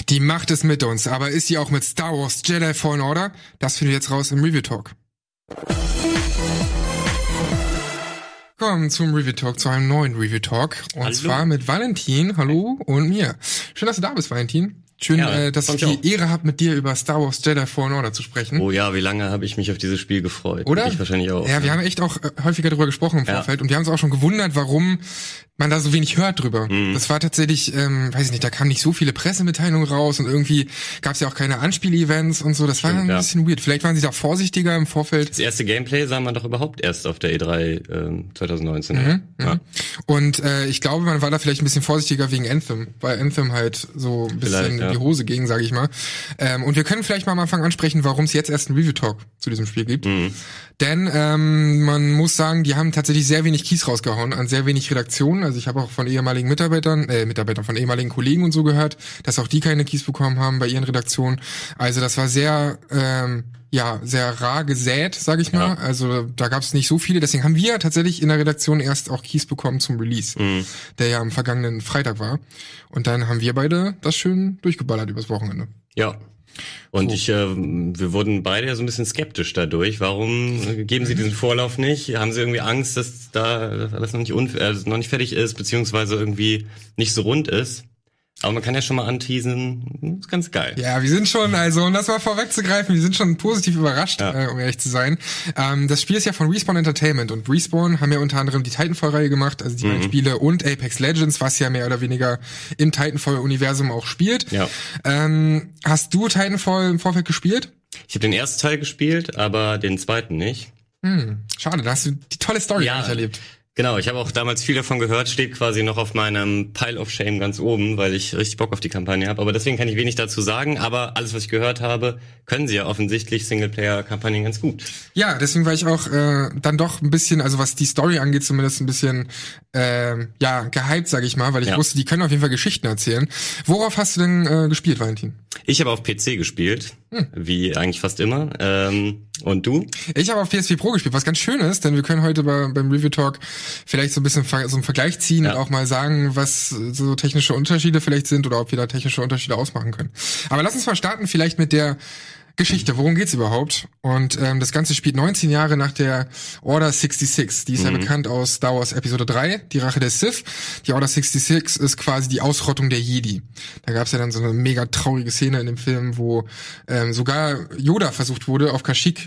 Die Macht ist mit uns, aber ist sie auch mit Star Wars Jedi Fallen Order? Das finden wir jetzt raus im Review Talk. Willkommen zum Review Talk, zu einem neuen Review Talk. Und zwar mit Valentin, hallo, und mir. Schön, dass du da bist, Valentin. Schön, dass ich die Ehre habe, mit dir über Star Wars Jedi Fallen Order zu sprechen. Oh ja, wie lange habe ich mich auf dieses Spiel gefreut. Oder? Ich wahrscheinlich auch. Ja, wir haben echt auch häufiger drüber gesprochen im Vorfeld und wir haben uns auch schon gewundert, warum man da so wenig hört drüber. Das war tatsächlich, weiß ich nicht, da kamen nicht so viele Pressemitteilungen raus und irgendwie gab es ja auch keine Anspiel-Events und so. Das war ein bisschen weird. Vielleicht waren sie da vorsichtiger im Vorfeld. Das erste Gameplay sah man doch überhaupt erst auf der E3 2019. Ja. Und ich glaube, man war da vielleicht ein bisschen vorsichtiger wegen Anthem, weil Anthem halt so ein bisschen in die Hose ging, sage ich mal. Und wir können vielleicht mal am Anfang ansprechen, warum es jetzt erst einen Review-Talk zu diesem Spiel gibt. Denn man muss sagen, die haben tatsächlich sehr wenig Keys rausgehauen an sehr wenig Redaktionen. Also ich habe auch von ehemaligen Mitarbeitern von ehemaligen Kollegen und so gehört, dass auch die keine Keys bekommen haben bei ihren Redaktionen. Also das war sehr sehr rar gesät, sage ich mal. Also da gab es nicht so viele. Deswegen haben wir tatsächlich in der Redaktion erst auch Keys bekommen zum Release, der ja am vergangenen Freitag war. Und dann haben wir beide das schön durchgeballert übers Wochenende. Ja. Und wir wurden beide ja so ein bisschen skeptisch dadurch. Warum geben sie diesen Vorlauf nicht? Haben sie irgendwie Angst, dass da alles noch nicht fertig ist, beziehungsweise irgendwie nicht so rund ist? Aber man kann ja schon mal anteasen, ist ganz geil. Ja, wir sind schon, also um das mal vorwegzugreifen, wir sind schon positiv überrascht, um ehrlich zu sein. Das Spiel ist ja von Respawn Entertainment und Respawn haben ja unter anderem die Titanfall-Reihe gemacht, also die beiden Spiele und Apex Legends, was ja mehr oder weniger im Titanfall-Universum auch spielt. Ja. Hast du Titanfall im Vorfeld gespielt? Ich habe den ersten Teil gespielt, aber den zweiten nicht. Schade, da hast du die tolle Story nicht erlebt. Genau, ich habe auch damals viel davon gehört, steht quasi noch auf meinem Pile of Shame ganz oben, weil ich richtig Bock auf die Kampagne habe. Aber deswegen kann ich wenig dazu sagen. Aber alles, was ich gehört habe, können sie ja offensichtlich Singleplayer-Kampagnen ganz gut. Ja, deswegen war ich auch dann doch ein bisschen, also was die Story angeht, zumindest ein bisschen gehypt, sage ich mal, weil ich wusste, die können auf jeden Fall Geschichten erzählen. Worauf hast du denn gespielt, Valentin? Ich habe auf PC gespielt, wie eigentlich fast immer. Und du? Ich habe auf PS4 Pro gespielt, was ganz schön ist, denn wir können heute beim Review Talk vielleicht so ein bisschen so einen Vergleich ziehen und auch mal sagen, was so technische Unterschiede vielleicht sind oder ob wir da technische Unterschiede ausmachen können. Aber lass uns mal starten vielleicht mit der Geschichte, worum geht's überhaupt? Und das Ganze spielt 19 Jahre nach der Order 66. Die ist ja bekannt aus Star Wars Episode 3, die Rache der Sith. Die Order 66 ist quasi die Ausrottung der Jedi. Da gab's ja dann so eine mega traurige Szene in dem Film, wo sogar Yoda versucht wurde, auf Kashyyyk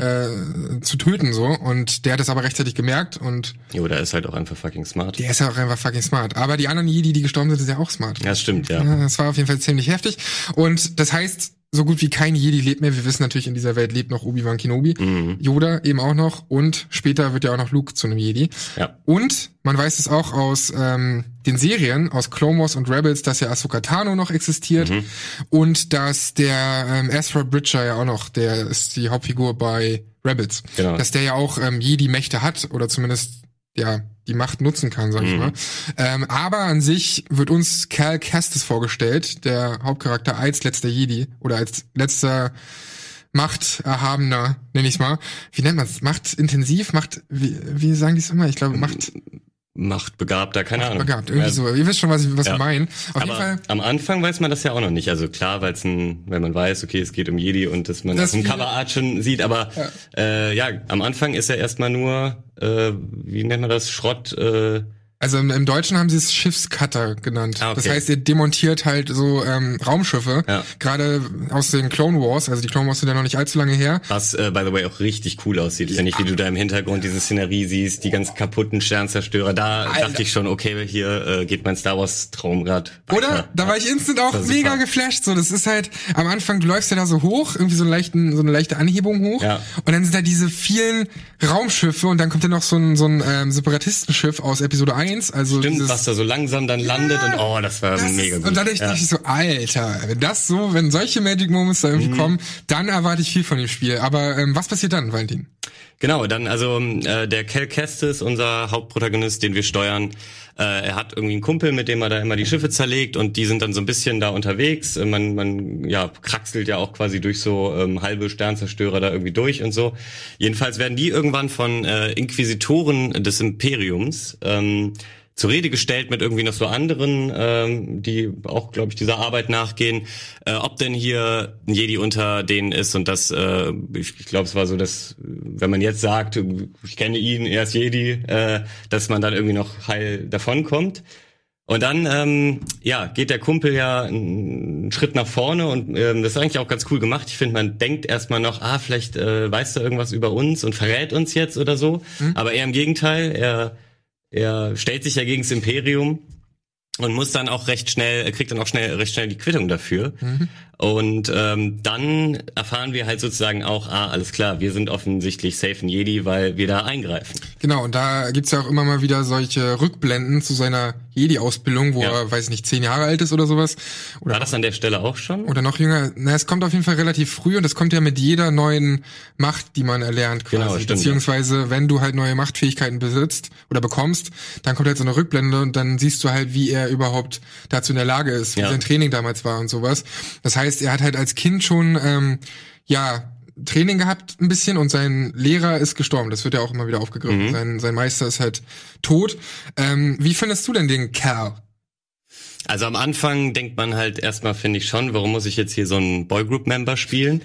zu töten so. Und der hat es aber rechtzeitig gemerkt und Yoda ist halt auch einfach fucking smart. Der ist ja auch einfach fucking smart. Aber die anderen Jedi, die gestorben sind, sind ja auch smart. Ja, das stimmt, ja. Das war auf jeden Fall ziemlich heftig. Und das heißt, so gut wie kein Jedi lebt mehr. Wir wissen natürlich, in dieser Welt lebt noch Obi-Wan Kenobi. Yoda eben auch noch. Und später wird ja auch noch Luke zu einem Jedi. Ja. Und man weiß es auch aus den Serien, aus Clone Wars und Rebels, dass ja Ahsoka Tano noch existiert. Und dass der Ezra Bridger ja auch noch, der ist die Hauptfigur bei Rebels. Genau. Dass der ja auch Jedi-Mächte hat. Oder zumindest, die Macht nutzen kann, sag ich mal. Aber an sich wird uns Cal Kestis vorgestellt, der Hauptcharakter, als letzter Jedi oder als letzter Machterhabener, nenn ich's mal. Wie nennt man's? Machtintensiv? Wie sagen die's immer? Ich glaube, Machtbegabter, keine Ahnung. Begabt, irgendwie so. Ihr wisst schon, was wir meinen. Auf jeden Fall. Am Anfang weiß man das ja auch noch nicht. Also klar, wenn man weiß, okay, es geht um Jedi und dass man das im Coverart schon sieht, aber am Anfang ist er erstmal nur, wie nennt man das, Schrott, Also im Deutschen haben sie es Schiffscutter genannt. Ah, okay. Das heißt, ihr demontiert halt so Raumschiffe, gerade aus den Clone Wars. Also die Clone Wars sind ja noch nicht allzu lange her. Was, by the way, auch richtig cool aussieht. Wenn ich, wie du da im Hintergrund diese Szenerie siehst, die ganzen kaputten Sternzerstörer, da dachte ich schon, okay, hier geht mein Star Wars Traumrad weiter. Oder? Da war ich instant auch mega geflasht. So, das ist halt am Anfang, du läufst ja da so hoch, irgendwie so eine leichte Anhebung hoch. Ja. Und dann sind da diese vielen Raumschiffe und dann kommt ja noch so ein Separatistenschiff aus Episode 1. Also stimmt, was da so langsam dann landet und das war mega gut. Und dadurch dachte ich so, Alter, wenn solche Magic Moments da irgendwie kommen, dann erwarte ich viel von dem Spiel. Aber was passiert dann, Valentin? Genau, dann der Cal Kestis, unser Hauptprotagonist, den wir steuern, er hat irgendwie einen Kumpel, mit dem er da immer die Schiffe zerlegt und die sind dann so ein bisschen da unterwegs. Man kraxelt ja auch quasi durch so halbe Sternzerstörer da irgendwie durch und so. Jedenfalls werden die irgendwann von Inquisitoren des Imperiums zur Rede gestellt mit irgendwie noch so anderen, die auch, glaube ich, dieser Arbeit nachgehen, ob denn hier ein Jedi unter denen ist und das, ich glaube, es war so, dass, wenn man jetzt sagt, ich kenne ihn, er ist Jedi, dass man dann irgendwie noch heil davonkommt. Und dann, geht der Kumpel ja einen Schritt nach vorne und das ist eigentlich auch ganz cool gemacht. Ich finde, man denkt erstmal noch, vielleicht weiß er irgendwas über uns und verrät uns jetzt oder so. Aber eher im Gegenteil, er stellt sich ja gegen das Imperium und muss dann auch recht schnell die Quittung dafür. Und dann erfahren wir halt sozusagen auch, alles klar, wir sind offensichtlich safe in Jedi, weil wir da eingreifen. Genau, und da gibt's ja auch immer mal wieder solche Rückblenden zu seiner Jedi-Ausbildung, wo er, weiß nicht, 10 Jahre alt ist oder sowas. Oder war das an der Stelle auch schon? Oder noch jünger. Na, es kommt auf jeden Fall relativ früh und es kommt ja mit jeder neuen Macht, die man erlernt quasi. Genau, stimmt, beziehungsweise, wenn du halt neue Machtfähigkeiten besitzt oder bekommst, dann kommt halt so eine Rückblende und dann siehst du halt, wie er überhaupt dazu in der Lage ist, wie sein Training damals war und sowas. Das heißt, er hat halt als Kind schon, Training gehabt ein bisschen und sein Lehrer ist gestorben. Das wird ja auch immer wieder aufgegriffen. Sein Meister ist halt tot. Wie findest du denn den Kerl? Also am Anfang denkt man halt erstmal, finde ich schon, warum muss ich jetzt hier so einen Boygroup-Member spielen?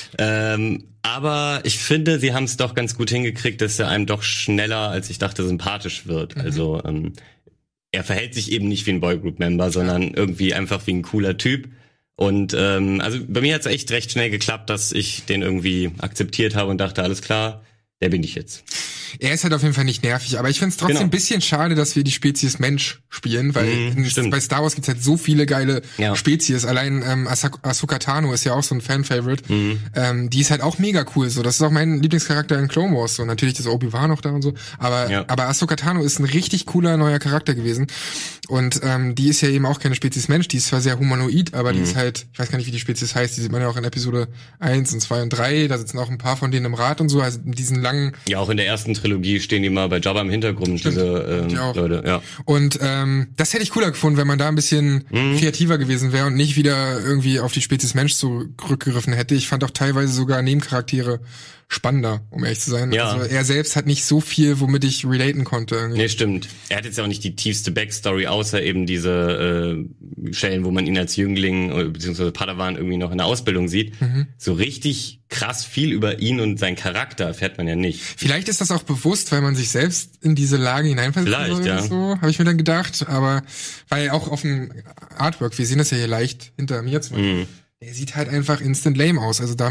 Aber ich finde, sie haben es doch ganz gut hingekriegt, dass er einem doch schneller, als ich dachte, sympathisch wird. Also er verhält sich eben nicht wie ein Boygroup-Member, sondern irgendwie einfach wie ein cooler Typ. Und also bei mir hat es echt recht schnell geklappt, dass ich den irgendwie akzeptiert habe und dachte, alles klar, der bin ich jetzt. Er ist halt auf jeden Fall nicht nervig, aber ich find's trotzdem ein bisschen schade, dass wir die Spezies Mensch spielen, weil bei Star Wars gibt's halt so viele geile Spezies. Allein Ahsoka Tano ist ja auch so ein Fan-Favorite. Die ist halt auch mega cool. So, das ist auch mein Lieblingscharakter in Clone Wars. So, natürlich ist Obi-Wan noch da und so, aber Ahsoka Tano ist ein richtig cooler neuer Charakter gewesen. Und die ist ja eben auch keine Spezies Mensch. Die ist zwar sehr humanoid, aber die ist halt, ich weiß gar nicht, wie die Spezies heißt. Die sieht man ja auch in Episode 1 und 2 und 3. Da sitzen auch ein paar von denen im Rat und so. Also in diesen langen. Ja, auch in der ersten Trilogie stehen die mal bei Jabba im Hintergrund, stimmt, diese Leute, ja. Und das hätte ich cooler gefunden, wenn man da ein bisschen kreativer gewesen wäre und nicht wieder irgendwie auf die Spezies Mensch zurückgegriffen hätte. Ich fand auch teilweise sogar Nebencharaktere spannender, um ehrlich zu sein. Ja. Also er selbst hat nicht so viel, womit ich relaten konnte. Irgendwie. Nee, stimmt. Er hat jetzt ja auch nicht die tiefste Backstory, außer eben diese Stellen, wo man ihn als Jüngling bzw. Padawan irgendwie noch in der Ausbildung sieht. So richtig krass viel über ihn und seinen Charakter erfährt man ja nicht. Vielleicht ist das auch bewusst, weil man sich selbst in diese Lage hineinversetzen soll. Ja. So, habe ich mir dann gedacht. Aber weil auch auf dem Artwork, wir sehen das ja hier leicht hinter mir zum Beispiel, der sieht halt einfach instant lame aus. Also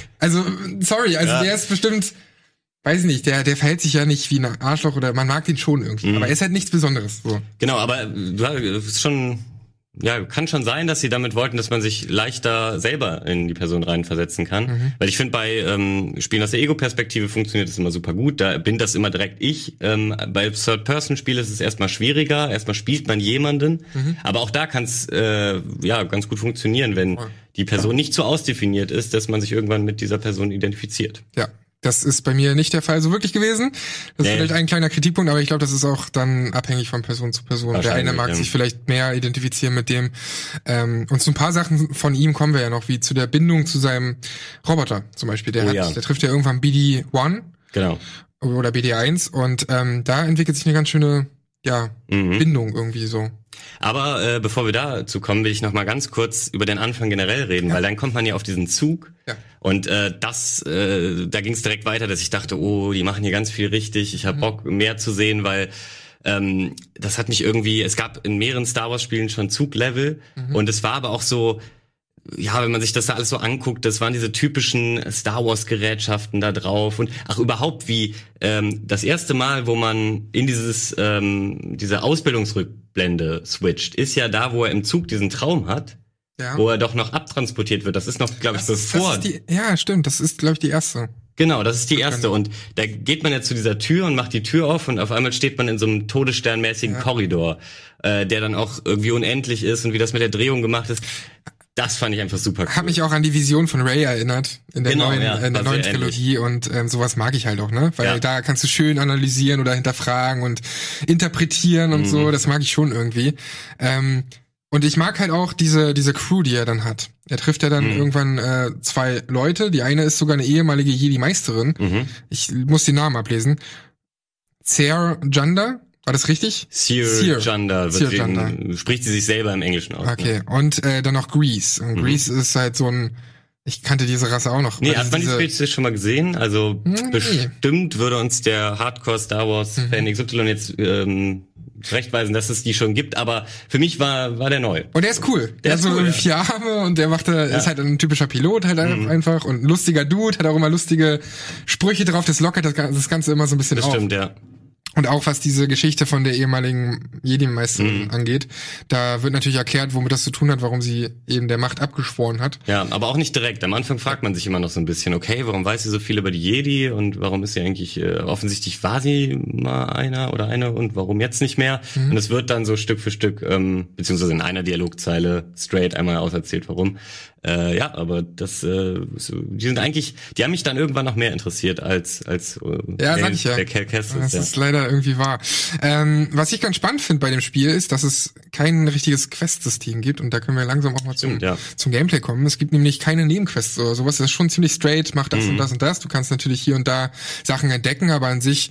der ist bestimmt, weiß ich nicht, der verhält sich ja nicht wie ein Arschloch oder man mag den schon irgendwie. Aber er ist halt nichts Besonderes. So. Genau, aber ist schon, kann schon sein, dass sie damit wollten, dass man sich leichter selber in die Person reinversetzen kann. Weil ich finde, bei Spielen aus der Ego-Perspektive funktioniert das immer super gut. Da bin das immer direkt ich. Bei Third-Person-Spielen ist es erstmal schwieriger. Erstmal spielt man jemanden. Aber auch da kann es ganz gut funktionieren, wenn die Person nicht so ausdefiniert ist, dass man sich irgendwann mit dieser Person identifiziert. Ja. Das ist bei mir nicht der Fall so wirklich gewesen. Das ist vielleicht ein kleiner Kritikpunkt, aber ich glaube, das ist auch dann abhängig von Person zu Person. Der eine mag sich vielleicht mehr identifizieren mit dem. Und zu ein paar Sachen von ihm kommen wir ja noch, wie zu der Bindung zu seinem Roboter zum Beispiel. Der trifft ja irgendwann BD-1 oder BD-1 und da entwickelt sich eine ganz schöne Bindung irgendwie so. Aber bevor wir dazu kommen, will ich noch mal ganz kurz über den Anfang generell reden, weil dann kommt man ja auf diesen Zug und da ging es direkt weiter, dass ich dachte, die machen hier ganz viel richtig, ich habe Bock mehr zu sehen, weil das hat mich irgendwie, es gab in mehreren Star Wars Spielen schon Zuglevel und es war aber auch so, wenn man sich das da alles so anguckt, das waren diese typischen Star Wars Gerätschaften da drauf und überhaupt wie das erste Mal, wo man in diese Ausbildungsrückblende switcht, ist ja da, wo er im Zug diesen Traum hat, wo er doch noch abtransportiert wird. Das ist noch, glaube ich, bevor. Stimmt, das ist, glaube ich, die erste. Genau, das ist die erste. Und da geht man ja zu dieser Tür und macht die Tür auf und auf einmal steht man in so einem todessternmäßigen Korridor, der dann auch irgendwie unendlich ist und wie das mit der Drehung gemacht ist. Das fand ich einfach super cool. Hat mich auch an die Vision von Rey erinnert in der neuen Trilogie und sowas mag ich halt auch, ne? Weil da kannst du schön analysieren oder hinterfragen und interpretieren und so, das mag ich schon irgendwie. Und ich mag halt auch diese Crew, die er dann hat. Er trifft ja dann irgendwann 2 Leute, die eine ist sogar eine ehemalige Jedi-Meisterin. Ich muss den Namen ablesen. Zer Janda. War das richtig? Seer Janda, spricht sie sich selber im Englischen aus. Okay, ne? Und dann noch Grease. Und Grease ist halt so ein, ich kannte diese Rasse auch noch. Nee, hat man die Spezies schon mal gesehen? Also bestimmt würde uns der Hardcore Star Wars Fan XY jetzt zurechtweisen, dass es die schon gibt, aber für mich war der neu. Und der ist cool. Der hat so cool, 4 Arme und der ist halt ein typischer Pilot halt einfach und ein lustiger Dude, hat auch immer lustige Sprüche drauf, das lockert das Ganze immer so ein bisschen das auf. Das stimmt, ja. Und auch was diese Geschichte von der ehemaligen Jedi-Meisterin angeht, da wird natürlich erklärt, womit das zu tun hat, warum sie eben der Macht abgeschworen hat. Ja, aber auch nicht direkt. Am Anfang fragt man sich immer noch so ein bisschen, okay, warum weiß sie so viel über die Jedi und warum ist sie eigentlich, offensichtlich war sie mal einer oder eine und warum jetzt nicht mehr? Und es wird dann so Stück für Stück, beziehungsweise in einer Dialogzeile straight einmal auserzählt, warum. Ja, aber das, die haben mich dann irgendwann noch mehr interessiert als der Cal Kestis. Das ist leider irgendwie wahr. Was ich ganz spannend finde bei dem Spiel ist, dass es kein richtiges Quest-System gibt und da können wir langsam auch mal zum Gameplay kommen. Es gibt nämlich keine Nebenquests oder sowas. Das ist schon ziemlich straight, mach das und das und das. Du kannst natürlich hier und da Sachen entdecken, aber an sich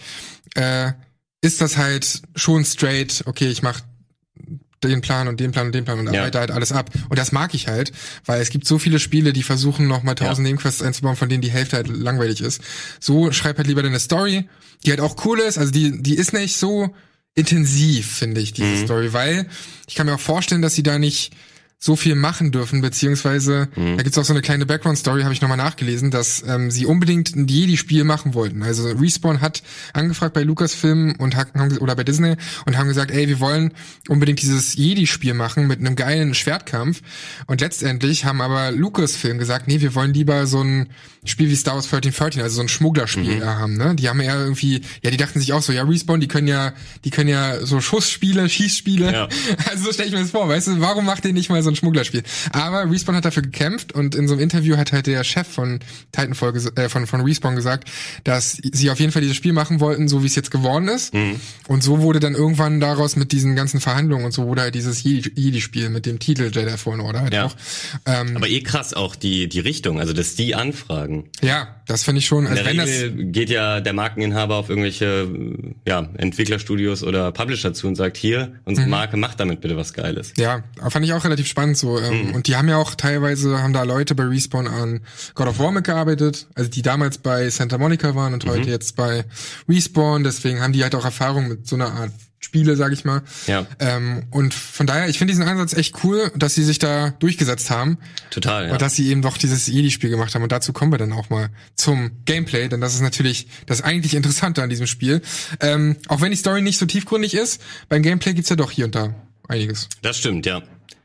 ist das halt schon straight, okay, ich mach den Plan und den Plan und den Plan und arbeite halt alles ab. Und das mag ich halt, weil es gibt so viele Spiele, die versuchen noch mal 1000 Nebenquests einzubauen, von denen die Hälfte halt langweilig ist. So schreib halt lieber deine Story, die halt auch cool ist. Also die ist nicht so intensiv, finde ich, diese Story, weil ich kann mir auch vorstellen, dass sie da nicht so viel machen dürfen, beziehungsweise da gibt's auch so eine kleine Background-Story, habe ich nochmal nachgelesen, dass sie unbedingt ein Jedi-Spiel machen wollten. Also Respawn hat angefragt bei Lucasfilm oder bei Disney und haben gesagt, ey, wir wollen unbedingt dieses Jedi-Spiel machen mit einem geilen Schwertkampf. Und letztendlich haben aber Lucasfilm gesagt, nee, wir wollen lieber so ein Spiel wie Star Wars 1313, also so ein Schmugglerspiel haben, ne? Die haben ja irgendwie, die dachten sich auch so, ja, Respawn, die können ja so Schussspiele, Schießspiele. Ja. Also so stelle ich mir das vor, weißt du, warum macht ihr nicht mal so ein Schmugglerspiel? Aber Respawn hat dafür gekämpft und in so einem Interview hat halt der Chef von Titanfall, von Respawn gesagt, dass sie auf jeden Fall dieses Spiel machen wollten, so wie es jetzt geworden ist. Und so wurde dann irgendwann daraus mit diesen ganzen Verhandlungen und so wurde halt dieses Jedi-Spiel mit dem Titel Jedi Fallen Order halt auch. Aber krass auch die Richtung, also dass die anfragen. Ja, das finde ich schon. In der Regel geht ja der Markeninhaber auf irgendwelche Entwicklerstudios oder Publisher zu und sagt, hier, unsere Marke, macht damit bitte was Geiles. Ja, fand ich auch relativ spannend so. Und die haben ja auch teilweise, haben da Leute bei Respawn an God of War mitgearbeitet, also die damals bei Santa Monica waren und heute jetzt bei Respawn, deswegen haben die halt auch Erfahrung mit so einer Art Spiele, sag ich mal. Ja. Und von daher, ich finde diesen Ansatz echt cool, dass sie sich da durchgesetzt haben. Total, ja. Und dass sie eben doch dieses Jedi-Spiel gemacht haben. Und dazu kommen wir dann auch mal zum Gameplay, denn das ist natürlich das eigentlich Interessante an diesem Spiel. Auch wenn die Story nicht so tiefgründig ist, beim Gameplay gibt's ja doch hier und da einiges. Das stimmt, ja.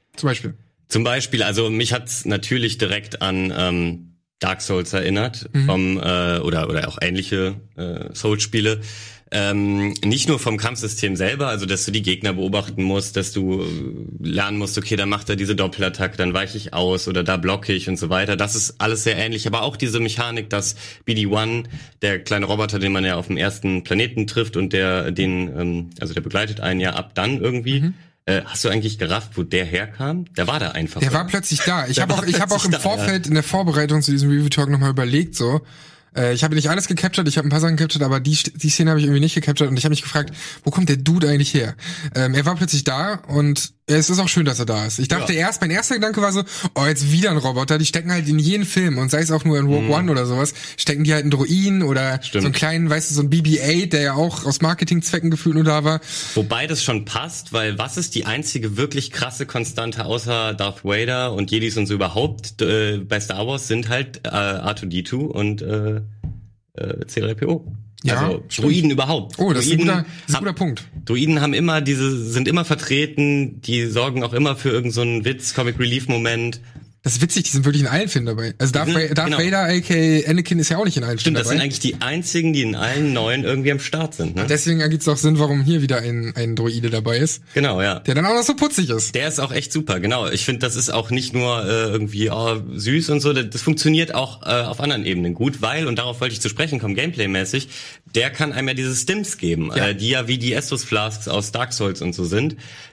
Zum Beispiel, also mich hat's natürlich direkt an Dark Souls erinnert, oder auch ähnliche Souls-Spiele. Nicht nur vom Kampfsystem selber, also dass du die Gegner beobachten musst, dass du lernen musst, okay, dann macht er diese Doppelattacke, dann weiche ich aus oder da blocke ich und so weiter. Das ist alles sehr ähnlich, aber auch diese Mechanik, dass BD-1, der kleine Roboter, den man ja auf dem ersten Planeten trifft und der begleitet einen ja ab dann irgendwie. Hast du eigentlich gerafft, wo der herkam? Der war da einfach. Der war plötzlich da. Ich habe auch im Vorfeld in der Vorbereitung zu diesem Review-Talk nochmal überlegt, so. Ich habe nicht alles gecaptured, ich habe ein paar Sachen gecaptured, aber die Szene habe ich irgendwie nicht gecaptured und ich habe mich gefragt, wo kommt der Dude eigentlich her? Er war plötzlich da und es ist auch schön, dass er da ist. Ich dachte mein erster Gedanke war so, jetzt wieder ein Roboter, die stecken halt in jeden Film und sei es auch nur in Rogue One oder sowas, stecken die halt einen Droiden oder so einen kleinen, so ein BB-8, der ja auch aus Marketingzwecken gefühlt nur da war. Wobei das schon passt, weil was ist die einzige wirklich krasse Konstante außer Darth Vader und Jedis und so überhaupt bei Star Wars sind halt R2-D2 und C3PO. Ja, also Droiden überhaupt. Oh, das ist ein guter Punkt. Droiden sind immer vertreten, die sorgen auch immer für irgendeinen so einen Witz, Comic Relief Moment. Das ist witzig, die sind wirklich in allen Filmen dabei. Also Darth Vader, aka Anakin, ist ja auch nicht in allen Filmen dabei. Stimmt, das sind eigentlich die einzigen, die in allen neuen irgendwie am Start sind. Ne? Und deswegen ergibt es auch Sinn, warum hier wieder ein Droide dabei ist. Genau, ja. Der dann auch noch so putzig ist. Der ist auch echt super, genau. Ich finde, das ist auch nicht nur irgendwie süß und so. Das funktioniert auch auf anderen Ebenen gut, weil, und darauf wollte ich zu sprechen kommen, Gameplay-mäßig, der kann einem ja diese Stims geben, die ja wie die Estus Flasks aus Dark Souls und so sind,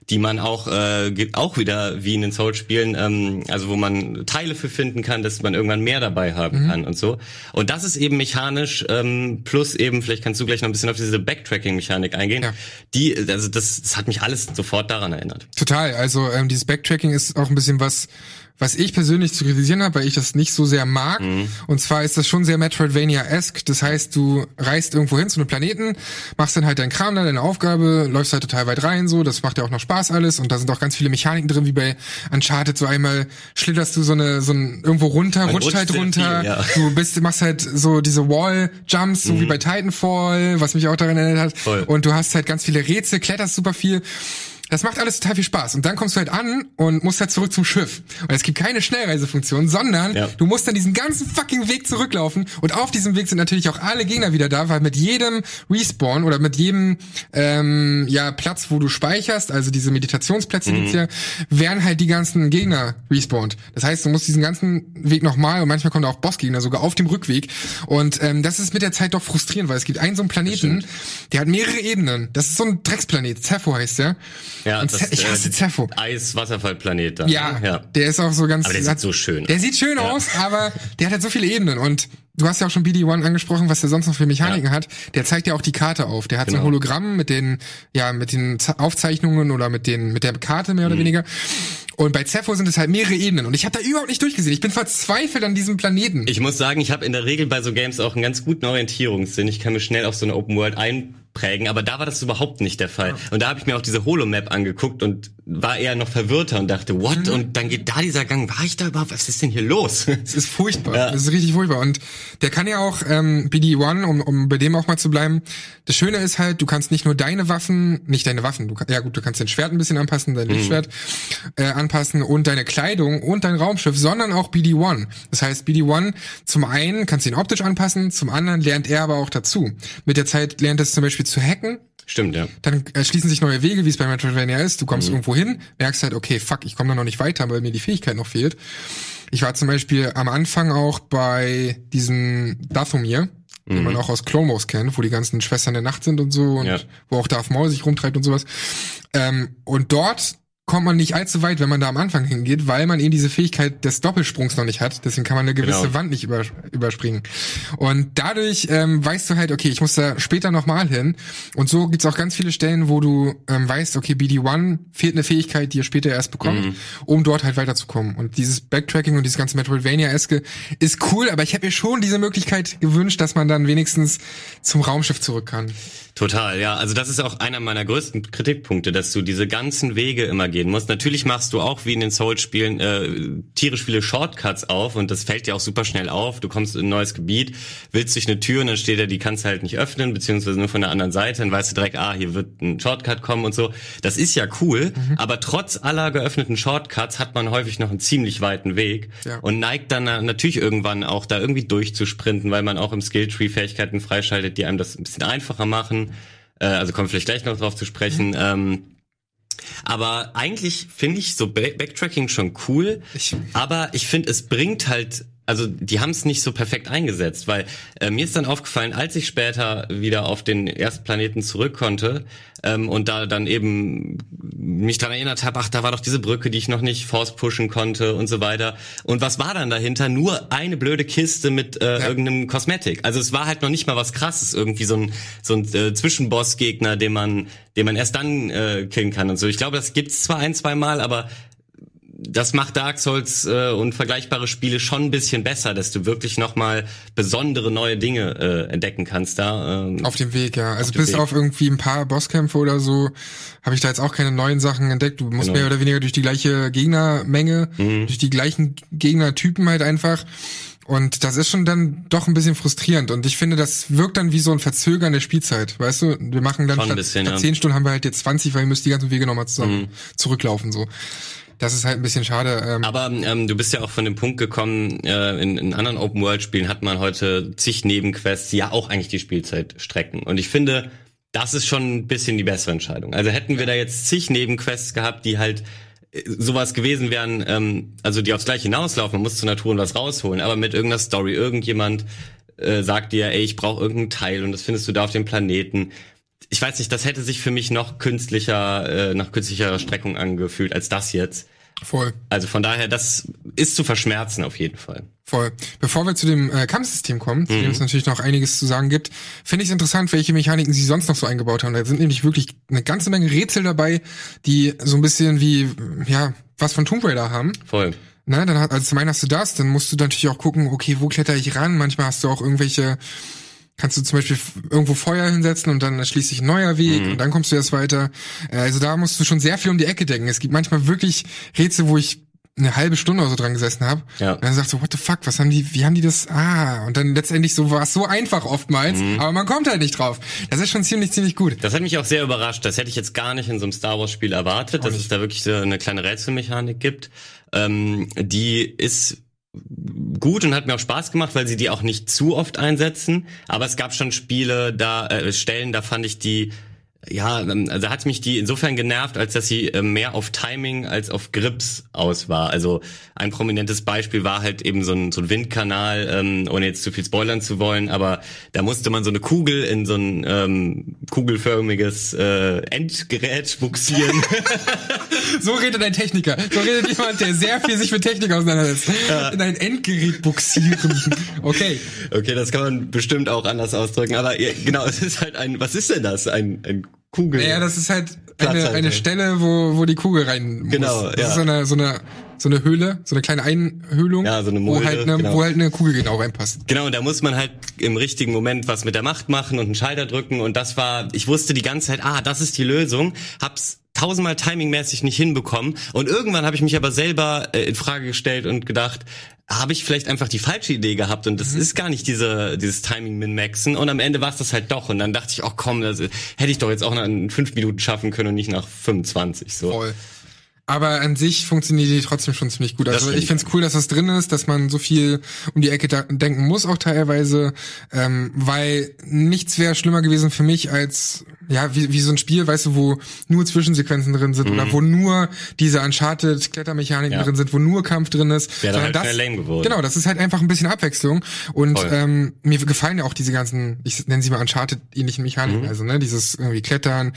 die man auch wieder wie in den Souls-Spielen, also wo man Teile für finden kann, dass man irgendwann mehr dabei haben kann und so. Und das ist eben mechanisch, plus eben, vielleicht kannst du gleich noch ein bisschen auf diese Backtracking-Mechanik eingehen. Ja. Das hat mich alles sofort daran erinnert. Total, also dieses Backtracking ist auch ein bisschen was ich persönlich zu kritisieren habe, weil ich das nicht so sehr mag. Und zwar ist das schon sehr Metroidvania-esque. Das heißt, du reist irgendwo hin zu einem Planeten, machst dann halt deinen Kram da, deine Aufgabe, läufst halt total weit rein, so. Das macht ja auch noch Spaß alles. Und da sind auch ganz viele Mechaniken drin, wie bei Uncharted. So einmal schlitterst du so ein irgendwo runter, rutscht halt runter. Viel, ja. Du machst halt so diese Wall-Jumps, so wie bei Titanfall, was mich auch daran erinnert hat. Voll. Und du hast halt ganz viele Rätsel, kletterst super viel. Das macht alles total viel Spaß. Und dann kommst du halt an und musst halt zurück zum Schiff. Und es gibt keine Schnellreisefunktion, sondern du musst dann diesen ganzen fucking Weg zurücklaufen. Und auf diesem Weg sind natürlich auch alle Gegner wieder da, weil mit jedem Respawn oder mit jedem Platz, wo du speicherst, also diese Meditationsplätze gibt's ja, werden halt die ganzen Gegner respawned. Das heißt, du musst diesen ganzen Weg nochmal und manchmal kommen da auch Bossgegner sogar auf dem Rückweg. Und das ist mit der Zeit doch frustrierend, weil es gibt einen so einen Planeten, der hat mehrere Ebenen. Das ist so ein Drecksplanet. Zepho heißt der. Ja, ich hasse Zepho. Eis-Wasserfallplanet da. Ja, der ist auch so ganz... Aber der sieht so schön aus. Der sieht schön aus, aber der hat halt so viele Ebenen. Und du hast ja auch schon BD1 angesprochen, was der sonst noch für Mechaniken hat. Der zeigt ja auch die Karte auf. Der hat so ein Hologramm mit den Aufzeichnungen oder mit der Karte mehr oder weniger. Und bei Zepho sind es halt mehrere Ebenen. Und ich habe da überhaupt nicht durchgesehen. Ich bin verzweifelt an diesem Planeten. Ich muss sagen, ich habe in der Regel bei so Games auch einen ganz guten Orientierungssinn. Ich kann mir schnell auf so eine Open World einprägen, aber da war das überhaupt nicht der Fall. Und da habe ich mir auch diese Holomap angeguckt und war eher noch verwirrter und dachte, what? Und dann geht da dieser Gang. War ich da überhaupt? Was ist denn hier los? Es ist furchtbar. Ja. Es ist richtig furchtbar. Und der kann ja auch BD1, um bei dem auch mal zu bleiben. Das Schöne ist halt, du kannst nicht nur du kannst dein Schwert ein bisschen anpassen, dein Lichtschwert anpassen und deine Kleidung und dein Raumschiff, sondern auch BD1. Das heißt, BD1 zum einen kannst du ihn optisch anpassen, zum anderen lernt er aber auch dazu. Mit der Zeit lernt es zum Beispiel zu hacken. Stimmt, ja. Dann schließen sich neue Wege, wie es bei Metroidvania ist. Du kommst irgendwo hin, merkst halt, okay, fuck, ich komme da noch nicht weiter, weil mir die Fähigkeit noch fehlt. Ich war zum Beispiel am Anfang auch bei diesem Dathomir, den man auch aus Clone Wars kennt, wo die ganzen Schwestern der Nacht sind und so und wo auch Darth Maul sich rumtreibt und sowas. Und dort kommt man nicht allzu weit, wenn man da am Anfang hingeht, weil man eben diese Fähigkeit des Doppelsprungs noch nicht hat. Deswegen kann man eine gewisse Wand nicht überspringen. Und dadurch weißt du halt, okay, ich muss da später nochmal hin. Und so gibt's auch ganz viele Stellen, wo du weißt, okay, BD1 fehlt eine Fähigkeit, die ihr später erst bekommt, um dort halt weiterzukommen. Und dieses Backtracking und dieses ganze Metroidvania-eske ist cool, aber ich habe mir schon diese Möglichkeit gewünscht, dass man dann wenigstens zum Raumschiff zurück kann. Total, ja. Also das ist auch einer meiner größten Kritikpunkte, dass du diese ganzen Wege immer gehen musst. Natürlich machst du auch, wie in den Souls-Spielen, tierisch viele Shortcuts auf und das fällt dir auch super schnell auf. Du kommst in ein neues Gebiet, willst durch eine Tür und dann steht da, die kannst du halt nicht öffnen, beziehungsweise nur von der anderen Seite. Dann weißt du direkt, hier wird ein Shortcut kommen und so. Das ist ja cool, aber trotz aller geöffneten Shortcuts hat man häufig noch einen ziemlich weiten Weg und neigt dann natürlich irgendwann auch da irgendwie durchzusprinten, weil man auch im Skilltree Fähigkeiten freischaltet, die einem das ein bisschen einfacher machen. Also kommen wir vielleicht gleich noch drauf zu sprechen. Aber eigentlich finde ich so Backtracking schon cool, aber ich finde, es bringt halt, also die haben es nicht so perfekt eingesetzt, weil mir ist dann aufgefallen, als ich später wieder auf den ersten Planeten zurück konnte und da dann eben mich daran erinnert habe, da war doch diese Brücke, die ich noch nicht force pushen konnte und so weiter. Und was war dann dahinter? Nur eine blöde Kiste mit irgendeinem Kosmetik. Also es war halt noch nicht mal was Krasses, irgendwie so ein Zwischenboss-Gegner, den man erst dann killen kann und so. Ich glaube, das gibt's zwar ein, zwei Mal, aber das macht Dark Souls und vergleichbare Spiele schon ein bisschen besser, dass du wirklich nochmal besondere neue Dinge entdecken kannst da. Auf dem Weg, ja. Also bis auf irgendwie ein paar Bosskämpfe oder so habe ich da jetzt auch keine neuen Sachen entdeckt. Du musst mehr oder weniger durch die gleiche Gegnermenge, durch die gleichen Gegnertypen halt einfach. Und das ist schon dann doch ein bisschen frustrierend. Und ich finde, das wirkt dann wie so ein Verzögern der Spielzeit. Weißt du, wir machen dann statt 10 Stunden haben wir halt jetzt 20, weil wir müssen die ganzen Wege nochmal zusammen zurücklaufen, so. Das ist halt ein bisschen schade. Aber du bist ja auch von dem Punkt gekommen, in anderen Open-World-Spielen hat man heute zig Nebenquests, die ja auch eigentlich die Spielzeit strecken. Und ich finde, das ist schon ein bisschen die bessere Entscheidung. Also hätten wir da jetzt zig Nebenquests gehabt, die halt sowas gewesen wären, also die aufs Gleiche hinauslaufen, man muss zur Natur und was rausholen, aber mit irgendeiner Story, irgendjemand sagt dir, ey, ich brauche irgendein Teil und das findest du da auf dem Planeten. ich weiß nicht, das hätte sich für mich noch künstlicher, nach künstlicher Streckung angefühlt als das jetzt. Voll. Also von daher, das ist zu verschmerzen auf jeden Fall. Voll. Bevor wir zu dem Kampfsystem kommen, zu dem es natürlich noch einiges zu sagen gibt, finde ich es interessant, welche Mechaniken sie sonst noch so eingebaut haben. Da sind nämlich wirklich eine ganze Menge Rätsel dabei, die so ein bisschen wie, ja, was von Tomb Raider haben. Voll. Na, dann also zum einen hast du das, dann musst du natürlich auch gucken, okay, wo kletter ich ran? Manchmal hast du auch kannst du zum Beispiel irgendwo Feuer hinsetzen und dann schließt sich ein neuer Weg und dann kommst du erst weiter. Also da musst du schon sehr viel um die Ecke denken. Es gibt manchmal wirklich Rätsel, wo ich eine halbe Stunde oder so dran gesessen habe. Ja. Und dann sagst du, what the fuck, wie haben die das? Und dann letztendlich war es so einfach oftmals, aber man kommt halt nicht drauf. Das ist schon ziemlich gut. Das hat mich auch sehr überrascht. Das hätte ich jetzt gar nicht in so einem Star Wars Spiel erwartet, dass es da wirklich so eine kleine Rätselmechanik gibt. Die ist gut und hat mir auch Spaß gemacht, weil sie die auch nicht zu oft einsetzen. Aber es gab schon Stellen, da fand ich die, ja, also hat mich die insofern genervt, als dass sie mehr auf Timing als auf Grips aus war. Also ein prominentes Beispiel war halt eben so ein Windkanal, ohne jetzt zu viel spoilern zu wollen, aber da musste man so eine Kugel in so ein kugelförmiges Endgerät buxieren. So redet ein Techniker. So redet jemand, der sehr viel sich mit Technik auseinandersetzt. Ja. In ein Endgerät buxieren. Okay, das kann man bestimmt auch anders ausdrücken. Aber genau, es ist halt was ist denn das? Ein Kugel. Naja, das ist halt eine Stelle, wo die Kugel rein muss. Genau, das ist so eine Höhle, so eine kleine Einhöhlung, ja, so eine Mulde, wo halt eine Kugel genau reinpasst. Genau, und da muss man halt im richtigen Moment was mit der Macht machen und einen Schalter drücken und ich wusste die ganze Zeit, das ist die Lösung, hab's 1000-mal timingmäßig nicht hinbekommen und irgendwann habe ich mich aber selber in Frage gestellt und gedacht, habe ich vielleicht einfach die falsche Idee gehabt und das ist gar nicht dieses Timing-Min-Maxen und am Ende war es das halt doch und dann dachte ich, komm, das hätte ich doch jetzt auch noch in 5 Minuten schaffen können und nicht nach 25. So. Voll. Aber an sich funktioniert die trotzdem schon ziemlich gut. Also ich find's cool, dass das drin ist, dass man so viel um die Ecke denken muss auch teilweise, weil nichts wäre schlimmer gewesen für mich als, ja, wie so ein Spiel, weißt du, wo nur Zwischensequenzen drin sind oder wo nur diese Uncharted-Klettermechaniken drin sind, wo nur Kampf drin ist. Wäre dann halt schnell lame geworden. Genau, das ist halt einfach ein bisschen Abwechslung und mir gefallen ja auch diese ganzen, ich nenne sie mal Uncharted-ähnlichen Mechaniken, also dieses irgendwie Klettern.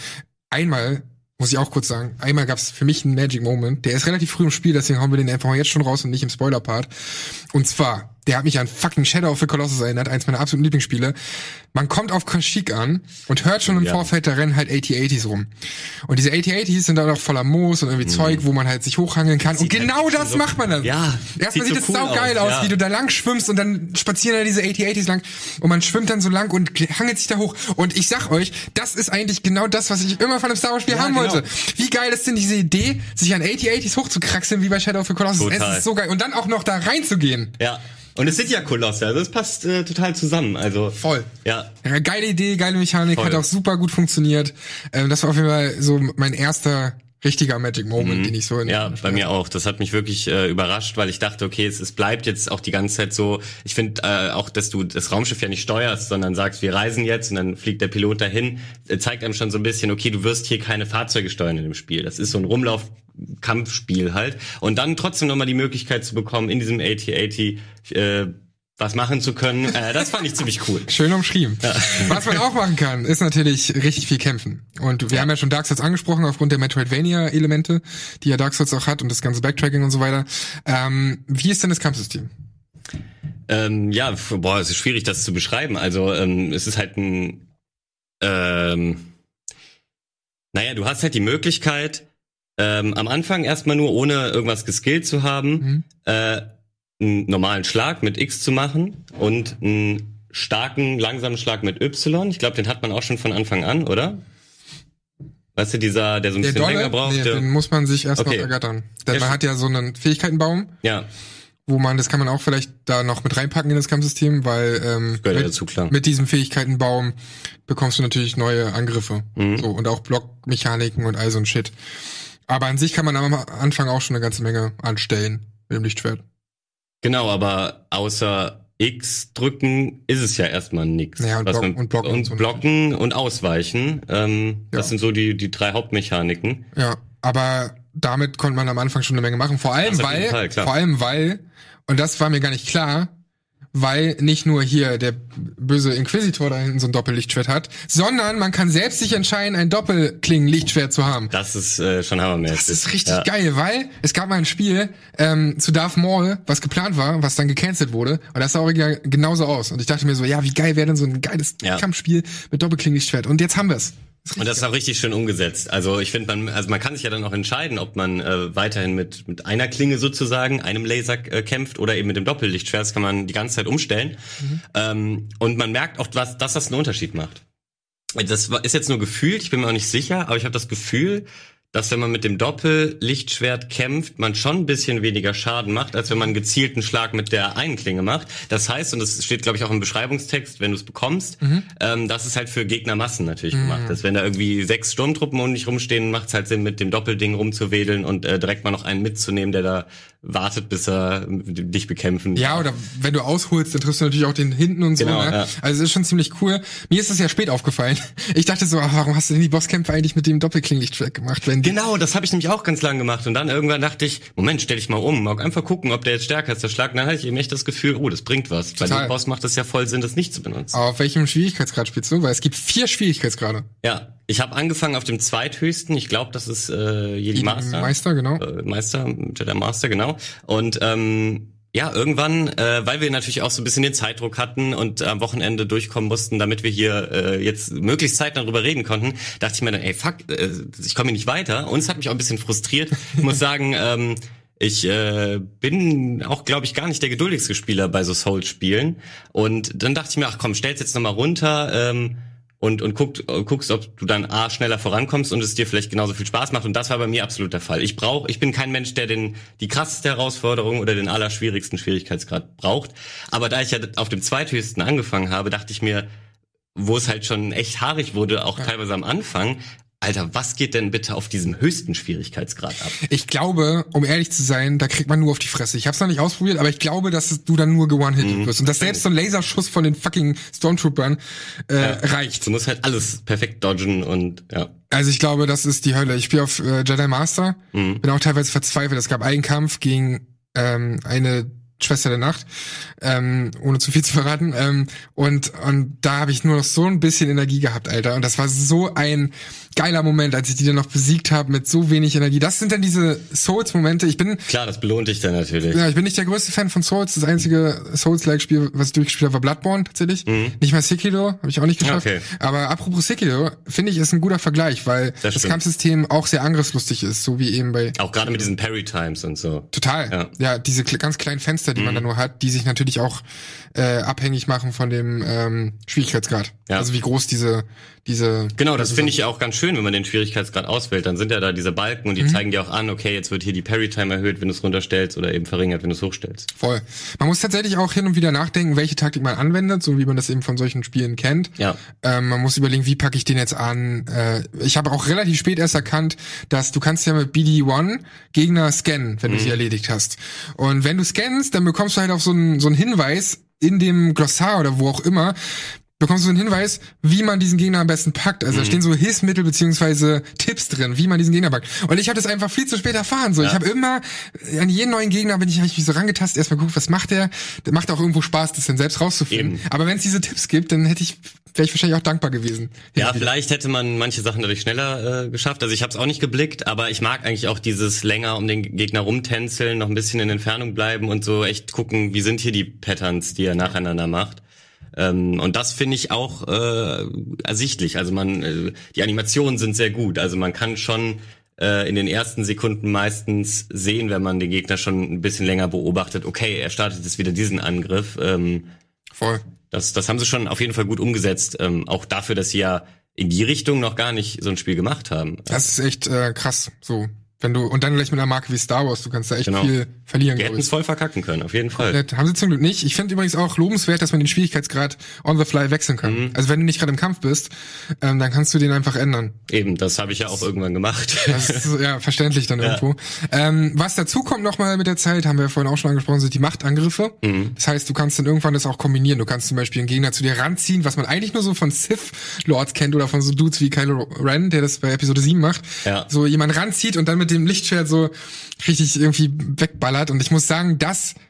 Muss ich auch kurz sagen, einmal gab es für mich einen Magic Moment, der ist relativ früh im Spiel, deswegen hauen wir den einfach mal jetzt schon raus und nicht im Spoiler-Part. Und zwar, der hat mich an fucking Shadow of the Colossus erinnert, eins meiner absoluten Lieblingsspiele. Man kommt auf Kashyyyk an und hört schon im Vorfeld, da rennen halt AT-ATs rum. Und diese AT-ATs sind dann auch voller Moos und irgendwie Zeug, wo man halt sich hochhangeln kann. Und genau halt das macht man dann. Ja. Erstmal sieht es so saugeil aus, wie du da lang schwimmst und dann spazieren da diese AT-ATs lang und man schwimmt dann so lang und hangelt sich da hoch. Und ich sag euch, das ist eigentlich genau das, was ich immer von einem Star Wars Spiel haben wollte. Wie geil ist denn diese Idee, sich an AT-ATs hochzukraxeln, wie bei Shadow of the Colossus? Total. Es ist so geil. Und dann auch noch da reinzugehen. Ja. Und es sind ja Kolosse, also es passt total zusammen. Also voll. Ja. Geile Idee, geile Mechanik, hat auch super gut funktioniert. Das war auf jeden Fall so mein erster richtiger Magic Moment, den ich so bei mir auch. Das hat mich wirklich überrascht, weil ich dachte, okay, es bleibt jetzt auch die ganze Zeit so. Ich finde auch, dass du das Raumschiff ja nicht steuerst, sondern sagst, wir reisen jetzt und dann fliegt der Pilot dahin. Zeigt einem schon so ein bisschen, okay, du wirst hier keine Fahrzeuge steuern in dem Spiel. Das ist so ein Rumlauf-Kampfspiel halt. Und dann trotzdem nochmal die Möglichkeit zu bekommen, in diesem AT-AT was machen zu können, das fand ich ziemlich cool. Schön umschrieben. Ja. Was man auch machen kann, ist natürlich richtig viel kämpfen. Und wir haben ja schon Dark Souls angesprochen, aufgrund der Metroidvania-Elemente, die ja Dark Souls auch hat und das ganze Backtracking und so weiter. Wie ist denn das Kampfsystem? Es ist schwierig, das zu beschreiben. Also es ist halt du hast halt die Möglichkeit, am Anfang erstmal nur, ohne irgendwas geskillt zu haben, einen normalen Schlag mit X zu machen und einen starken, langsamen Schlag mit Y. Ich glaube, den hat man auch schon von Anfang an, oder? Weißt du, der so ein bisschen länger braucht? Nee, den muss man sich erst noch ergattern. Denn man hat ja so einen Fähigkeitenbaum. Ja. Das kann man auch vielleicht da noch mit reinpacken in das Kampfsystem, weil mit diesem Fähigkeitenbaum bekommst du natürlich neue Angriffe. So, und auch Blockmechaniken und all so ein Shit. Aber an sich kann man am Anfang auch schon eine ganze Menge anstellen mit dem Lichtschwert. Genau, aber außer X drücken ist es ja erstmal nix. Ja, und blocken und ausweichen. Das sind so die 3 Hauptmechaniken. Ja, aber damit konnte man am Anfang schon eine Menge machen. Vor allem, weil, und das war mir gar nicht klar, weil nicht nur hier der böse Inquisitor da hinten so ein Doppellichtschwert hat, sondern man kann selbst sich entscheiden, ein Doppelklingen-Lichtschwert zu haben. Das ist schon hammermäßig. Das ist richtig geil, weil es gab mal ein Spiel zu Darth Maul, was geplant war, was dann gecancelt wurde, und das sah auch genauso aus. Und ich dachte mir so, ja, wie geil wäre denn so ein geiles Kampfspiel mit Doppelklingen-Lichtschwert? Und jetzt haben wir es. Und das ist auch richtig schön umgesetzt. Also ich finde, man kann sich ja dann auch entscheiden, ob man weiterhin mit einer Klinge sozusagen, einem Laser kämpft oder eben mit dem Doppellichtschwert. Das kann man die ganze Zeit umstellen. Und man merkt auch, dass das einen Unterschied macht. Das ist jetzt nur gefühlt, ich bin mir auch nicht sicher, aber ich habe das Gefühl, dass wenn man mit dem Doppellichtschwert kämpft, man schon ein bisschen weniger Schaden macht, als wenn man einen gezielten Schlag mit der einen Klinge macht. Das heißt, und das steht, glaube ich, auch im Beschreibungstext, wenn du es bekommst, das ist halt für Gegnermassen natürlich gemacht. Dass wenn da irgendwie 6 Sturmtruppen um dich rumstehen, macht es halt Sinn, mit dem Doppelding rumzuwedeln und direkt mal noch einen mitzunehmen, der da wartet, bis er dich bekämpfen. Ja, oder wenn du ausholst, dann triffst du natürlich auch den hinten und so. Genau, ne? ja. Also es ist schon ziemlich cool. Mir ist das ja spät aufgefallen. Ich dachte so, warum hast du denn die Bosskämpfe eigentlich mit dem Doppelklinglichtschwert gemacht? Genau, das habe ich nämlich auch ganz lang gemacht. Und dann irgendwann dachte ich, Moment, stell dich mal um. Mag einfach gucken, ob der jetzt stärker ist, der Schlag. Dann hatte ich eben echt das Gefühl, das bringt was. Total. Bei dem Boss macht es ja voll Sinn, das nicht zu benutzen. Auf welchem Schwierigkeitsgrad spielst du? Weil es gibt 4 Schwierigkeitsgrade. Ja, ich habe angefangen auf dem zweithöchsten. Ich glaube, das ist Jedi Master. Meister, genau. Jedi Master, genau. Und irgendwann, weil wir natürlich auch so ein bisschen den Zeitdruck hatten und am Wochenende durchkommen mussten, damit wir hier jetzt möglichst zeitnah darüber reden konnten, dachte ich mir dann, ich komme hier nicht weiter. Und es hat mich auch ein bisschen frustriert. Ich muss sagen, ich bin auch, glaube ich, gar nicht der geduldigste Spieler bei so Souls-Spielen. Und dann dachte ich mir, komm, stell's jetzt nochmal runter und guckst, ob du dann schneller vorankommst und es dir vielleicht genauso viel Spaß macht. Und das war bei mir absolut der Fall. Ich bin kein Mensch, der die krasseste Herausforderung oder den allerschwierigsten Schwierigkeitsgrad braucht. Aber da ich ja auf dem zweithöchsten angefangen habe, dachte ich mir, wo es halt schon echt haarig wurde, auch teilweise am Anfang, Alter, was geht denn bitte auf diesem höchsten Schwierigkeitsgrad ab? Ich glaube, um ehrlich zu sein, da kriegt man nur auf die Fresse. Ich hab's noch nicht ausprobiert, aber ich glaube, dass du dann nur ge-one-hitted wirst. Und dass selbst so ein Laserschuss von den fucking Stormtroopern reicht. Du musst halt alles perfekt dodgen und ja. Also ich glaube, das ist die Hölle. Ich spiele auf Jedi Master, bin auch teilweise verzweifelt. Es gab einen Kampf gegen eine Schwester der Nacht, ohne zu viel zu verraten. Und da habe ich nur noch so ein bisschen Energie gehabt, Alter. Und das war so ein geiler Moment, als ich die dann noch besiegt habe mit so wenig Energie. Das sind dann diese Souls-Momente. Klar, das belohnt dich dann natürlich. Ja, ich bin nicht der größte Fan von Souls. Das einzige Souls-like-Spiel, was ich durchgespielt habe, war Bloodborne tatsächlich. Nicht mal Sekiro, habe ich auch nicht geschafft. Okay. Aber apropos Sekiro, finde ich, ist ein guter Vergleich, weil das Kampfsystem auch sehr angriffslustig ist, so wie eben bei... Auch gerade mit diesen Parry-Times und so. Total. Ja, diese ganz kleinen Fenster, die man da nur hat, die sich natürlich auch abhängig machen von dem Schwierigkeitsgrad. Ja. Also wie groß diese Genau, das finde ich ja auch ganz schön, wenn man den Schwierigkeitsgrad auswählt. Dann sind ja da diese Balken und die zeigen dir auch an, okay, jetzt wird hier die Parry-Time erhöht, wenn du es runterstellst oder eben verringert, wenn du es hochstellst. Voll. Man muss tatsächlich auch hin und wieder nachdenken, welche Taktik man anwendet, so wie man das eben von solchen Spielen kennt. Ja. Man muss überlegen, wie packe ich den jetzt an. Ich habe auch relativ spät erst erkannt, dass du kannst ja mit BD1 Gegner scannen, wenn du sie erledigt hast. Und wenn du scannst, dann bekommst du halt auch so einen Hinweis in dem Glossar oder wo auch immer, bekommst du einen Hinweis, wie man diesen Gegner am besten packt. Also da stehen so Hilfsmittel beziehungsweise Tipps drin, wie man diesen Gegner packt. Und ich habe das einfach viel zu spät erfahren. So, ich habe immer an jeden neuen Gegner hab ich mich so rangetastet, erstmal geguckt, was macht der? Der macht auch irgendwo Spaß, das dann selbst rauszufinden. Aber wenn es diese Tipps gibt, dann wäre ich wahrscheinlich auch dankbar gewesen. Ja, vielleicht hätte man manche Sachen dadurch schneller geschafft. Also ich habe es auch nicht geblickt, aber ich mag eigentlich auch dieses länger um den Gegner rumtänzeln, noch ein bisschen in Entfernung bleiben und so echt gucken, wie sind hier die Patterns, die er nacheinander macht. Und das finde ich auch ersichtlich. Also die Animationen sind sehr gut. Also man kann schon in den ersten Sekunden meistens sehen, wenn man den Gegner schon ein bisschen länger beobachtet, okay, er startet jetzt wieder diesen Angriff. Voll. Das haben sie schon auf jeden Fall gut umgesetzt. Auch dafür, dass sie ja in die Richtung noch gar nicht so ein Spiel gemacht haben. Das ist echt krass, so. Und dann gleich mit einer Marke wie Star Wars, du kannst da echt viel verlieren. Die hätten es voll verkacken können, auf jeden Fall. Haben sie zum Glück nicht. Ich finde übrigens auch lobenswert, dass man den Schwierigkeitsgrad on the fly wechseln kann. Also wenn du nicht gerade im Kampf bist, dann kannst du den einfach ändern. Eben, das habe ich ja auch irgendwann gemacht. Das ist ja verständlich dann irgendwo. Was dazu kommt nochmal mit der Zeit, haben wir vorhin auch schon angesprochen, sind die Machtangriffe. Das heißt, du kannst dann irgendwann das auch kombinieren. Du kannst zum Beispiel einen Gegner zu dir ranziehen, was man eigentlich nur so von Sith-Lords kennt oder von so Dudes wie Kylo Ren, der das bei Episode 7 macht. Ja. So jemand ranzieht und dann mit dem Lichtschwert so richtig irgendwie wegballert. Und ich muss sagen, das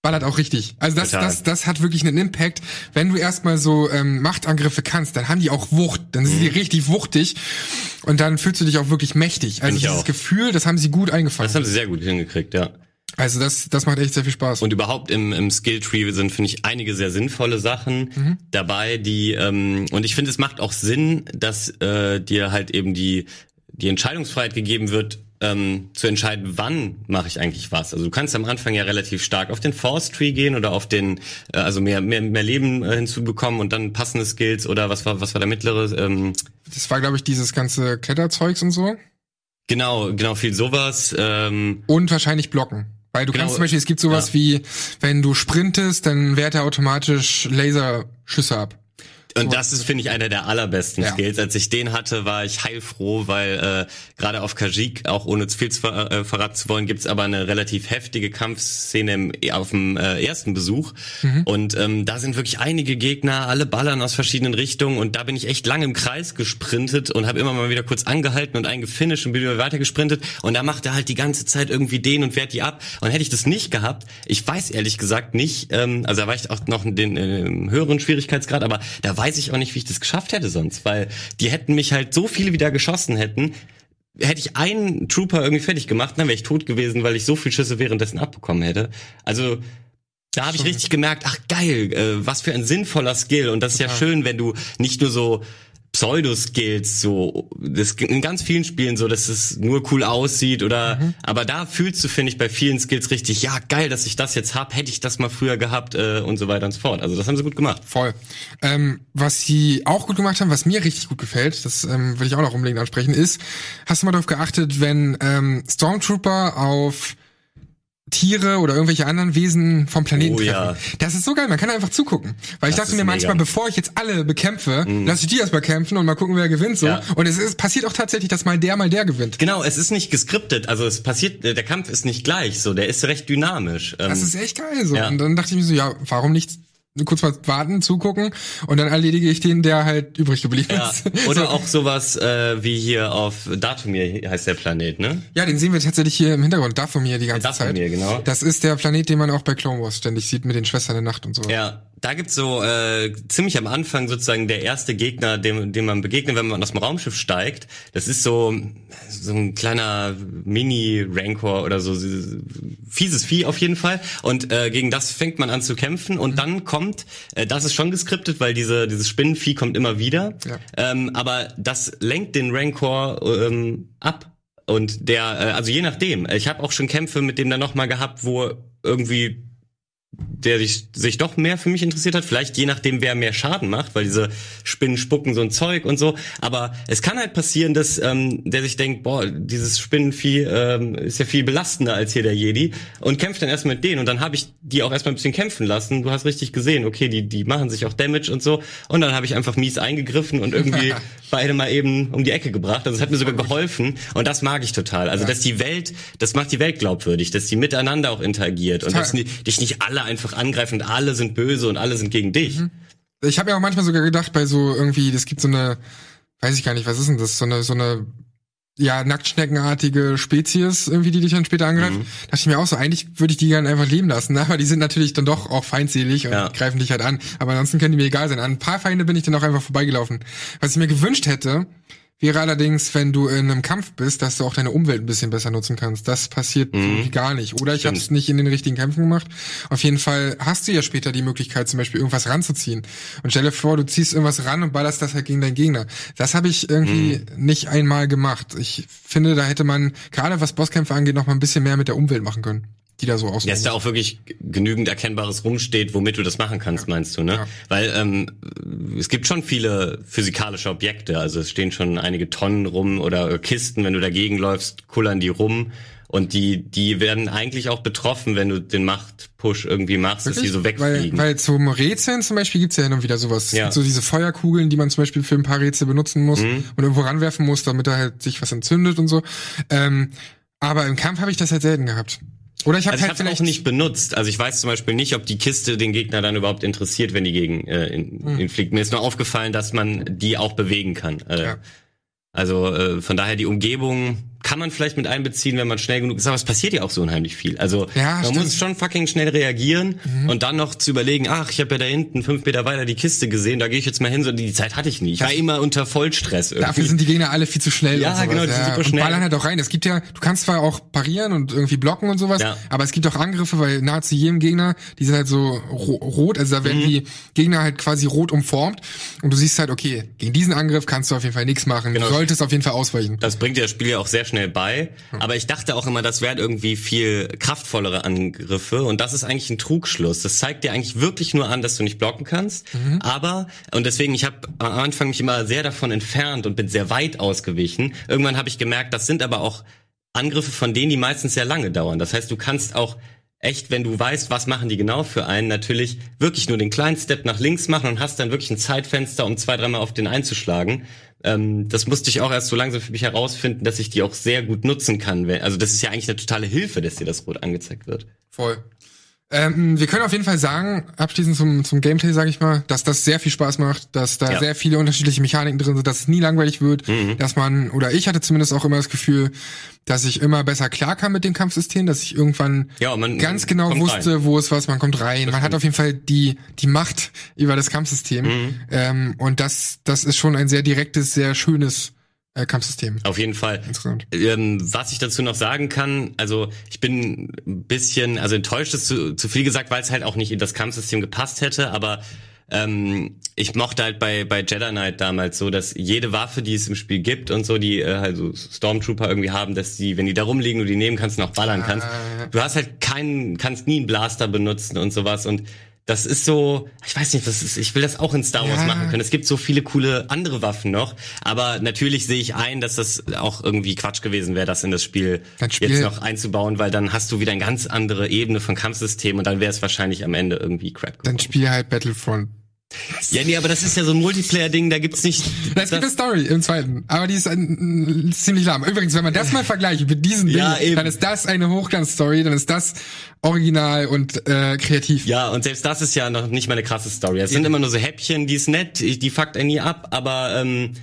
ballert auch richtig. Also das hat wirklich einen Impact. Wenn du erstmal so Machtangriffe kannst, dann haben die auch Wucht. Dann sind die richtig wuchtig und dann fühlst du dich auch wirklich mächtig. Also dieses Gefühl, das haben sie gut eingefangen. Das haben sie sehr gut hingekriegt, ja. Also das macht echt sehr viel Spaß. Und überhaupt im Skilltree sind, finde ich, einige sehr sinnvolle Sachen dabei, die und ich finde, es macht auch Sinn, dass dir halt eben die Entscheidungsfreiheit gegeben wird, zu entscheiden, wann mache ich eigentlich was. Also du kannst am Anfang ja relativ stark auf den Force Tree gehen oder auf den, also mehr Leben hinzubekommen und dann passende Skills oder was war der mittlere? Das war, glaube ich, dieses ganze Kletterzeugs und so. Genau, viel sowas. Und wahrscheinlich blocken. Weil du kannst zum Beispiel, es gibt sowas wie, wenn du sprintest, dann wehrt er automatisch Laserschüsse ab. Und das ist, finde ich, einer der allerbesten Skills. Als ich den hatte, war ich heilfroh, weil gerade auf Kashyyyk, auch ohne zu viel verraten zu wollen, gibt's aber eine relativ heftige Kampfszene auf dem ersten Besuch. Und da sind wirklich einige Gegner, alle ballern aus verschiedenen Richtungen. Und da bin ich echt lange im Kreis gesprintet und habe immer mal wieder kurz angehalten und einen gefinisht und bin wieder weiter gesprintet. Und da macht er halt die ganze Zeit irgendwie den und wehrt die ab. Und hätte ich das nicht gehabt, ich weiß ehrlich gesagt nicht, also da war ich auch noch in den höheren Schwierigkeitsgrad, aber da weiß ich auch nicht, wie ich das geschafft hätte sonst, weil die hätten mich halt so viele wieder geschossen hätte ich einen Trooper irgendwie fertig gemacht, dann wäre ich tot gewesen, weil ich so viel Schüsse währenddessen abbekommen hätte. Also da habe ich richtig gemerkt, ach geil, was für ein sinnvoller Skill. Und das ist ja schön, wenn du nicht nur so Pseudo-Skills, so, das in ganz vielen Spielen so, dass es nur cool aussieht oder, aber da fühlst du, finde ich, bei vielen Skills richtig, ja, geil, dass ich das jetzt hab, hätte ich das mal früher gehabt und so weiter und so fort. Also das haben sie gut gemacht. Voll. Was sie auch gut gemacht haben, was mir richtig gut gefällt, das will ich auch noch unbedingt ansprechen, ist, hast du mal darauf geachtet, wenn Stormtrooper auf Tiere oder irgendwelche anderen Wesen vom Planeten treffen. Ja. Das ist so geil, man kann einfach zugucken. Weil ich dachte mir manchmal, bevor ich jetzt alle bekämpfe, lass ich die erstmal kämpfen und mal gucken, wer gewinnt so. Ja. Und passiert auch tatsächlich, dass mal der gewinnt. Genau, es ist nicht geskriptet, also es passiert, der Kampf ist nicht gleich so, der ist recht dynamisch. Das ist echt geil so. Ja. Und dann dachte ich mir so, ja, warum nicht kurz mal warten, zugucken und dann erledige ich den, der halt übrig geblieben ist. Oder so. Auch sowas wie hier auf Dathomir heißt der Planet, ne? Ja, den sehen wir tatsächlich hier im Hintergrund, Dathomir die ganze Zeit. Dathomir, genau. Das ist der Planet, den man auch bei Clone Wars ständig sieht mit den Schwestern der Nacht und so. Ja, da gibt's so ziemlich am Anfang sozusagen der erste Gegner, dem man begegnet, wenn man aus dem Raumschiff steigt. Das ist so ein kleiner Mini-Rancor oder so, fieses Vieh auf jeden Fall. Und gegen das fängt man an zu kämpfen und dann kommt, das ist schon geskriptet, weil dieses Spinnenvieh kommt immer wieder. Ja. Aber das lenkt den Rancor ab. Und also je nachdem. Ich habe auch schon Kämpfe mit dem dann nochmal gehabt, wo irgendwie der sich doch mehr für mich interessiert hat, vielleicht je nachdem, wer mehr Schaden macht, weil diese Spinnen spucken so ein Zeug und so, aber es kann halt passieren, dass der sich denkt, boah, dieses Spinnenvieh ist ja viel belastender als hier der Jedi und kämpft dann erstmal mit denen und dann habe ich die auch erstmal ein bisschen kämpfen lassen, du hast richtig gesehen, okay, die machen sich auch Damage und so und dann habe ich einfach mies eingegriffen und irgendwie beide mal eben um die Ecke gebracht, also es hat mir sogar geholfen und das mag ich total, also dass das macht die Welt glaubwürdig, dass die miteinander auch interagiert und dass dich nicht alle einfach angreifen und alle sind böse und alle sind gegen dich. Ich habe ja auch manchmal sogar gedacht, bei so irgendwie, das gibt so eine, weiß ich gar nicht, was ist denn das, so eine ja, nacktschneckenartige Spezies irgendwie, die dich dann später angreift. Dachte ich mir auch so, eigentlich würde ich die gerne einfach leben lassen, aber die sind natürlich dann doch auch feindselig und greifen dich halt an. Aber ansonsten können die mir egal sein. An ein paar Feinde bin ich dann auch einfach vorbeigelaufen. Was ich mir gewünscht hätte, wäre allerdings, wenn du in einem Kampf bist, dass du auch deine Umwelt ein bisschen besser nutzen kannst. Das passiert irgendwie gar nicht. Oder ich habe es nicht in den richtigen Kämpfen gemacht. Auf jeden Fall hast du ja später die Möglichkeit, zum Beispiel irgendwas ranzuziehen. Und stell dir vor, du ziehst irgendwas ran und ballerst das halt gegen deinen Gegner. Das habe ich irgendwie nicht einmal gemacht. Ich finde, da hätte man, gerade was Bosskämpfe angeht, noch mal ein bisschen mehr mit der Umwelt machen können, die da so aussehen. Dass da auch wirklich genügend Erkennbares rumsteht, womit du das machen kannst, meinst du, ne? Ja. Weil es gibt schon viele physikalische Objekte, also es stehen schon einige Tonnen rum oder Kisten, wenn du dagegen läufst, kullern die rum und die werden eigentlich auch betroffen, wenn du den Machtpush irgendwie machst, wirklich? Dass die so wegfliegen. Weil zum Rätseln zum Beispiel gibt's ja hin und wieder sowas. Ja. Es gibt so diese Feuerkugeln, die man zum Beispiel für ein paar Rätsel benutzen muss und irgendwo ranwerfen muss, damit da halt sich was entzündet und so. Aber im Kampf habe ich das halt selten gehabt. Oder ich habe halt vielleicht auch nicht benutzt. Also ich weiß zum Beispiel nicht, ob die Kiste den Gegner dann überhaupt interessiert, wenn die gegen ihn fliegt. Mir ist nur aufgefallen, dass man die auch bewegen kann. Also von daher die Umgebung kann man vielleicht mit einbeziehen, wenn man schnell genug ist, aber es passiert ja auch so unheimlich viel. Also man muss schon fucking schnell reagieren und dann noch zu überlegen, ach, ich habe ja da hinten 5 Meter weiter die Kiste gesehen, da gehe ich jetzt mal hin. So, die Zeit hatte ich nie. Ich war immer unter Vollstress irgendwie. Dafür sind die Gegner alle viel zu schnell. Ja, und sowas. Genau, die sind super schnell. Und ballern halt auch rein. Es gibt ja, du kannst zwar auch parieren und irgendwie blocken und sowas, aber es gibt auch Angriffe, weil nahezu jedem Gegner, die sind halt so rot, also da werden die Gegner halt quasi rot umformt und du siehst halt, okay, gegen diesen Angriff kannst du auf jeden Fall nichts machen. Genau. Du solltest auf jeden Fall ausweichen. Das bringt dir das Spiel ja auch sehr schnell bei, aber ich dachte auch immer, das wären irgendwie viel kraftvollere Angriffe und das ist eigentlich ein Trugschluss. Das zeigt dir eigentlich wirklich nur an, dass du nicht blocken kannst, aber, und deswegen, ich habe am Anfang mich immer sehr davon entfernt und bin sehr weit ausgewichen. Irgendwann habe ich gemerkt, das sind aber auch Angriffe, von denen die meistens sehr lange dauern. Das heißt, du kannst auch echt, wenn du weißt, was machen die genau für einen, natürlich wirklich nur den kleinen Step nach links machen und hast dann wirklich ein Zeitfenster, um 2-3 Mal auf den einzuschlagen. Das musste ich auch erst so langsam für mich herausfinden, dass ich die auch sehr gut nutzen kann. Also das ist ja eigentlich eine totale Hilfe, dass dir das rot angezeigt wird. Voll. Wir können auf jeden Fall sagen, abschließend zum Gameplay, sage ich mal, dass das sehr viel Spaß macht, dass da sehr viele unterschiedliche Mechaniken drin sind, dass es nie langweilig wird, dass man, oder ich hatte zumindest auch immer das Gefühl, dass ich immer besser klarkam mit dem Kampfsystem, dass ich irgendwann ganz genau wusste, wo es was, man kommt rein, man hat auf jeden Fall die Macht über das Kampfsystem und das ist schon ein sehr direktes, sehr schönes Kampfsystem. Auf jeden Fall. Was ich dazu noch sagen kann, also ich bin ein bisschen, also enttäuscht ist zu viel gesagt, weil es halt auch nicht in das Kampfsystem gepasst hätte, aber ich mochte halt bei Jedi Knight damals so, dass jede Waffe, die es im Spiel gibt und so, die also Stormtrooper irgendwie haben, dass die, wenn die da rumliegen und die nehmen kannst, noch ballern kannst. Du hast halt kannst nie einen Blaster benutzen und sowas und das ist so, ich weiß nicht, ich will das auch in Star Wars machen können. Es gibt so viele coole andere Waffen noch, aber natürlich sehe ich ein, dass das auch irgendwie Quatsch gewesen wäre, das in das Spiel jetzt noch einzubauen, weil dann hast du wieder eine ganz andere Ebene von Kampfsystem und dann wäre es wahrscheinlich am Ende irgendwie crap geworden. Dann spiel halt Battlefront. Ja, nee, aber das ist ja so ein Multiplayer-Ding, da gibt's nicht... Es gibt eine Story im zweiten, aber die ist ziemlich lahm. Übrigens, wenn man das mal vergleicht mit diesen Dingen, dann ist das eine Hochglanz-Story, dann ist das original und kreativ. Ja, und selbst das ist ja noch nicht mal eine krasse Story. Es sind immer nur so Häppchen, die ist nett, die fuckt einen nie ab, aber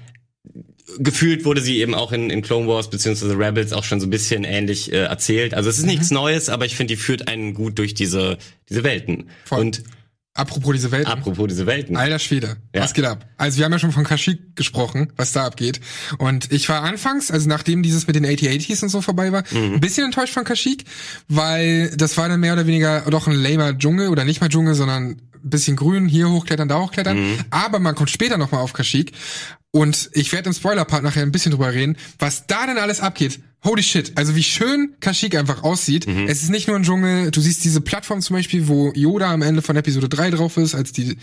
gefühlt wurde sie eben auch in Clone Wars bzw. Rebels auch schon so ein bisschen ähnlich erzählt. Also es ist nichts Neues, aber ich finde, die führt einen gut durch diese Welten. Voll. Und Apropos diese Welten. Alter Schwede, was geht ab? Also wir haben ja schon von Kashyyyk gesprochen, was da abgeht. Und ich war anfangs, also nachdem dieses mit den AT-ATs und so vorbei war, ein bisschen enttäuscht von Kashyyyk, weil das war dann mehr oder weniger doch ein lamer Dschungel, oder nicht mal Dschungel, sondern ein bisschen grün, hier hochklettern, da hochklettern. Aber man kommt später nochmal auf Kashyyyk. Und ich werde im Spoiler-Part nachher ein bisschen drüber reden, was da denn alles abgeht. Holy shit, also wie schön Kashyyyk einfach aussieht. Es ist nicht nur ein Dschungel, du siehst diese Plattform zum Beispiel, wo Yoda am Ende von Episode 3 drauf ist, als die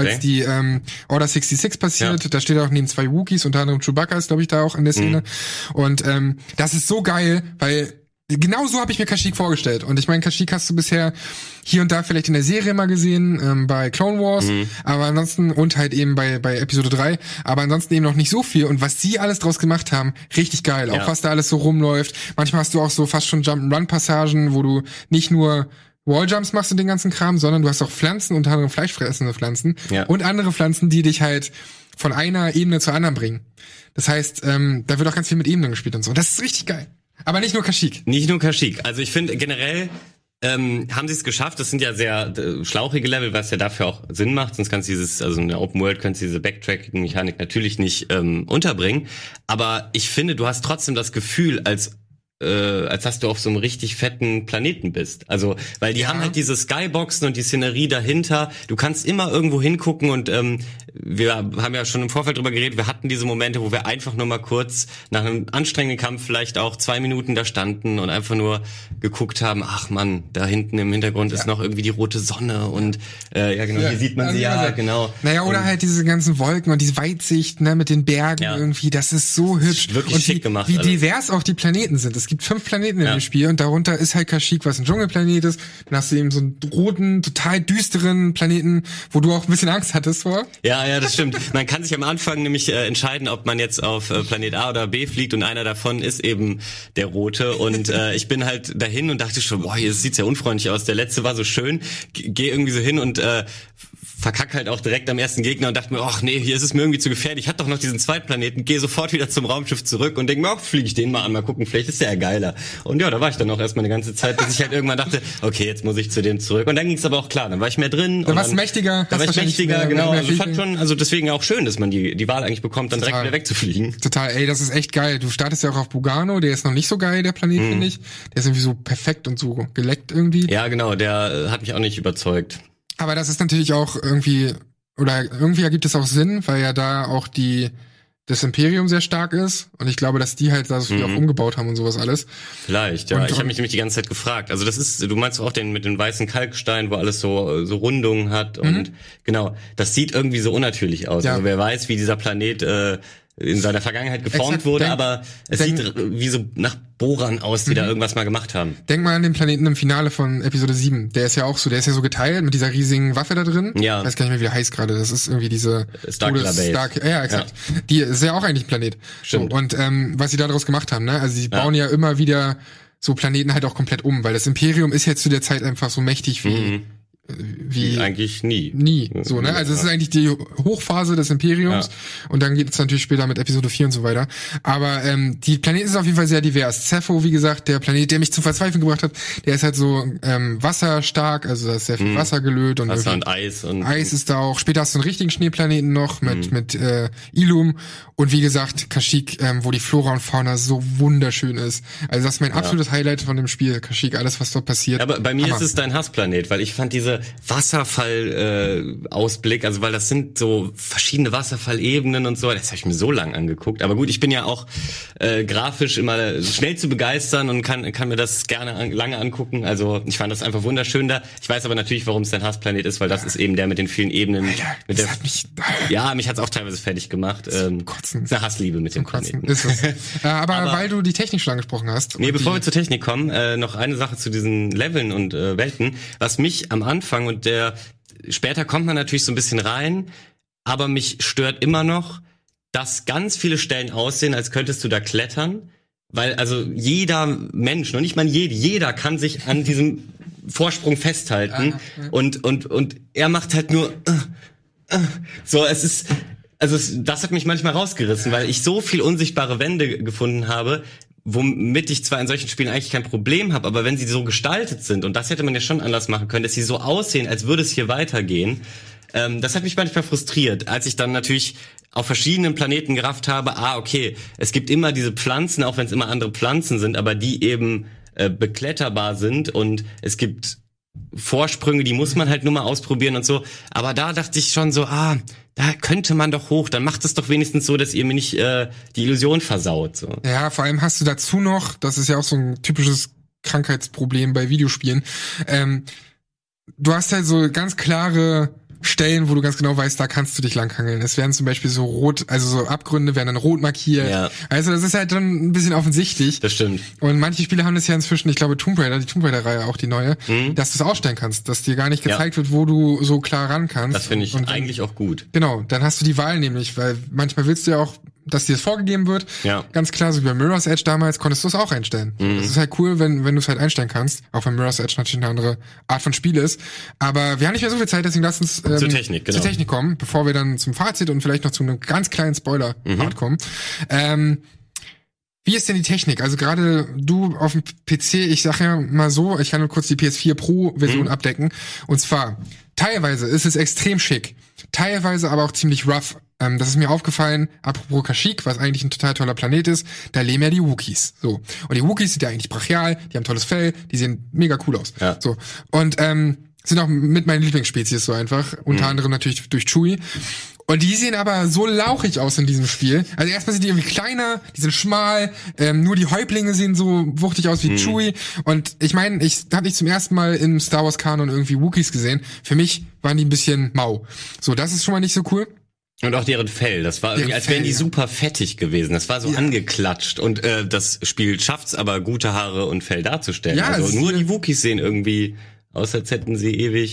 Order 66 passiert. Ja. Da steht er auch neben 2 Wookiees, unter anderem Chewbacca ist, glaube ich, da auch in der Szene. Und das ist so geil, weil genau so habe ich mir Kashyyyk vorgestellt. Und ich meine, Kashyyyk hast du bisher hier und da vielleicht in der Serie mal gesehen, bei Clone Wars, aber ansonsten, und halt eben bei Episode 3, aber ansonsten eben noch nicht so viel. Und was sie alles draus gemacht haben, richtig geil. Ja. Auch was da alles so rumläuft. Manchmal hast du auch so fast schon Jump-and-Run-Passagen, wo du nicht nur Walljumps machst und den ganzen Kram, sondern du hast auch Pflanzen, unter anderem fleischfressende Pflanzen und andere Pflanzen, die dich halt von einer Ebene zur anderen bringen. Das heißt, da wird auch ganz viel mit Ebenen gespielt und so. Das ist richtig geil. Aber nicht nur Kashyyyk. Nicht nur Kashyyyk. Also ich finde generell haben sie es geschafft. Das sind ja sehr schlauchige Level, was ja dafür auch Sinn macht. Sonst kannst du also in der Open World kannst du diese Backtracking-Mechanik natürlich nicht unterbringen. Aber ich finde, du hast trotzdem das Gefühl, als dass du auf so einem richtig fetten Planeten bist. Also, weil die haben halt diese Skyboxen und die Szenerie dahinter. Du kannst immer irgendwo hingucken und wir haben ja schon im Vorfeld drüber geredet, wir hatten diese Momente, wo wir einfach nur mal kurz nach einem anstrengenden Kampf vielleicht auch 2 Minuten da standen und einfach nur geguckt haben, ach man, da hinten im Hintergrund ist noch irgendwie die rote Sonne und hier sieht man sie, genau. Naja, oder halt diese ganzen Wolken und diese Weitsicht, ne, mit den Bergen irgendwie, das ist so hübsch. Ist wirklich schick gemacht. Wie divers auch die Planeten sind. Es gibt 5 Planeten in dem Spiel und darunter ist halt Kashyyyk, was ein Dschungelplanet ist. Dann hast du eben so einen roten, total düsteren Planeten, wo du auch ein bisschen Angst hattest vor. Ja, das stimmt. Man kann sich am Anfang nämlich entscheiden, ob man jetzt auf Planet A oder B fliegt und einer davon ist eben der rote und ich bin halt dahin und dachte schon, boah, hier sieht's ja unfreundlich aus. Der letzte war so schön. Geh irgendwie so hin und verkack halt auch direkt am ersten Gegner und dachte mir, ach nee, hier ist es mir irgendwie zu gefährlich. Ich hatte doch noch diesen Zweitplaneten, gehe sofort wieder zum Raumschiff zurück und denke mir, fliege ich den mal an, mal gucken, vielleicht ist der ja geiler. Und ja, da war ich dann auch erstmal eine ganze Zeit, bis ich halt irgendwann dachte, okay, jetzt muss ich zu dem zurück. Und dann ging es aber auch klar, dann war ich mehr drin. Da warst mächtiger. Da war ich mächtiger, genau. Also fand schon, also deswegen auch schön, dass man die Wahl eigentlich bekommt, dann direkt wieder wegzufliegen. Total, ey, das ist echt geil. Du startest ja auch auf Bugano, der ist noch nicht so geil, der Planet, finde ich. Der ist irgendwie so perfekt und so geleckt irgendwie. Ja, genau, der hat mich auch nicht überzeugt. Aber das ist natürlich auch irgendwie ergibt es auch Sinn, weil ja da auch das Imperium sehr stark ist und ich glaube, dass die halt da so viel auch umgebaut haben und sowas alles. Vielleicht, ja. Ich habe mich nämlich die ganze Zeit gefragt. Also das ist, du meinst auch den mit den weißen Kalkstein, wo alles so Rundungen hat und genau, das sieht irgendwie so unnatürlich aus. Ja. Also wer weiß, wie dieser Planet in seiner Vergangenheit geformt wurde, aber es sieht wie so nach Bohrern aus, die da irgendwas mal gemacht haben. Denk mal an den Planeten im Finale von Episode 7. Der ist ja auch so, der ist ja so geteilt mit dieser riesigen Waffe da drin. Ja. Ich weiß gar nicht mehr, wie der heißt gerade. Das ist irgendwie diese Starkiller Base. Ja, exakt. Ja. Die ist ja auch eigentlich ein Planet. Stimmt. So, und was sie da draus gemacht haben, ne? Also sie bauen ja immer wieder so Planeten halt auch komplett um, weil das Imperium ist jetzt zu der Zeit einfach so mächtig wie eigentlich nie. So, ne? Also es ist eigentlich die Hochphase des Imperiums und dann geht es natürlich später mit Episode 4 und so weiter. Aber die Planeten sind auf jeden Fall sehr divers. Zepho, wie gesagt, der Planet, der mich zum Verzweifeln gebracht hat, der ist halt so wasserstark, also da ist sehr viel Wasser gelöt und Wasser und Eis ist da auch. Später hast du einen richtigen Schneeplaneten noch mit Ilum und wie gesagt Kashyyyk, wo die Flora und Fauna so wunderschön ist. Also das ist mein absolutes Highlight von dem Spiel, Kashyyyk, alles was dort passiert. Aber bei mir ist es dein Hassplanet, weil ich fand diese Wasserfall-Ausblick, also weil das sind so verschiedene Wasserfallebenen und so, das habe ich mir so lang angeguckt. Aber gut, ich bin ja auch grafisch immer schnell zu begeistern und kann mir das gerne lange angucken. Also ich fand das einfach wunderschön da. Ich weiß aber natürlich, warum es dein Hassplanet ist, weil das ist eben der mit den vielen Ebenen. Alter, mich hat's auch teilweise fertig gemacht. Kotzen. Ist eine Hassliebe mit dem Planeten. Ist es. aber weil du die Technik schon angesprochen hast. Nee, bevor wir zur Technik kommen, noch eine Sache zu diesen Leveln und Welten, was mich am Anfang und später kommt man natürlich so ein bisschen rein, aber mich stört immer noch, dass ganz viele Stellen aussehen, als könntest du da klettern, weil also jeder Mensch, noch nicht mal jeder kann sich an diesem Vorsprung festhalten und er macht halt nur so, es ist, also das hat mich manchmal rausgerissen, weil ich so viel unsichtbare Wände gefunden habe, womit ich zwar in solchen Spielen eigentlich kein Problem habe, aber wenn sie so gestaltet sind, und das hätte man ja schon anders machen können, dass sie so aussehen, als würde es hier weitergehen, das hat mich manchmal frustriert, als ich dann natürlich auf verschiedenen Planeten gerafft habe, okay, es gibt immer diese Pflanzen, auch wenn es immer andere Pflanzen sind, aber die eben bekletterbar sind und es gibt Vorsprünge, die muss man halt nur mal ausprobieren und so, aber da dachte ich schon so, da könnte man doch hoch, dann macht es doch wenigstens so, dass ihr mir nicht die Illusion versaut. So. Ja, vor allem hast du dazu noch, das ist ja auch so ein typisches Krankheitsproblem bei Videospielen, du hast halt so ganz klare Stellen, wo du ganz genau weißt, da kannst du dich langhangeln. Es werden zum Beispiel so rot, also so Abgründe werden dann rot markiert. Ja. Also das ist halt dann ein bisschen offensichtlich. Das stimmt. Und manche Spiele haben das ja inzwischen, ich glaube die Tomb Raider-Reihe auch die neue, dass du es ausstellen kannst, dass dir gar nicht gezeigt wird, wo du so klar ran kannst. Das finde ich eigentlich auch gut. Genau, dann hast du die Wahl nämlich, weil manchmal willst du ja auch, dass dir das vorgegeben wird. Ja. Ganz klar, so wie bei Mirror's Edge damals, konntest du es auch einstellen. Das ist halt cool, wenn du es halt einstellen kannst. Auch wenn Mirror's Edge natürlich eine andere Art von Spiel ist. Aber wir haben nicht mehr so viel Zeit, deswegen lass uns zur Technik kommen, bevor wir dann zum Fazit und vielleicht noch zu einem ganz kleinen Spoiler-Part kommen. Wie ist denn die Technik? Also gerade du auf dem PC, ich sag ja mal so, ich kann nur kurz die PS4 Pro-Version abdecken. Und zwar, teilweise ist es extrem schick, teilweise aber auch ziemlich rough. Das ist mir aufgefallen, apropos Kashyyyk, was eigentlich ein total toller Planet ist, da leben ja die Wookiees. So. Und die Wookiees sind ja eigentlich brachial, die haben tolles Fell, die sehen mega cool aus. Ja. So. Und sind auch mit meinen Lieblingsspezies so einfach, unter anderem natürlich durch Chewie. Und die sehen aber so lauchig aus in diesem Spiel. Also erstmal sind die irgendwie kleiner, die sind schmal, nur die Häuptlinge sehen so wuchtig aus wie Chewie. Und ich meine, ich habe nicht zum ersten Mal im Star Wars Kanon irgendwie Wookiees gesehen. Für mich waren die ein bisschen mau. So, das ist schon mal nicht so cool. Und auch deren Fell, das war irgendwie, als wären die super fettig gewesen. Das war so angeklatscht. Und das Spiel schafft's aber, gute Haare und Fell darzustellen. Ja, also nur die Wookiees sehen irgendwie aus, als hätten sie ewig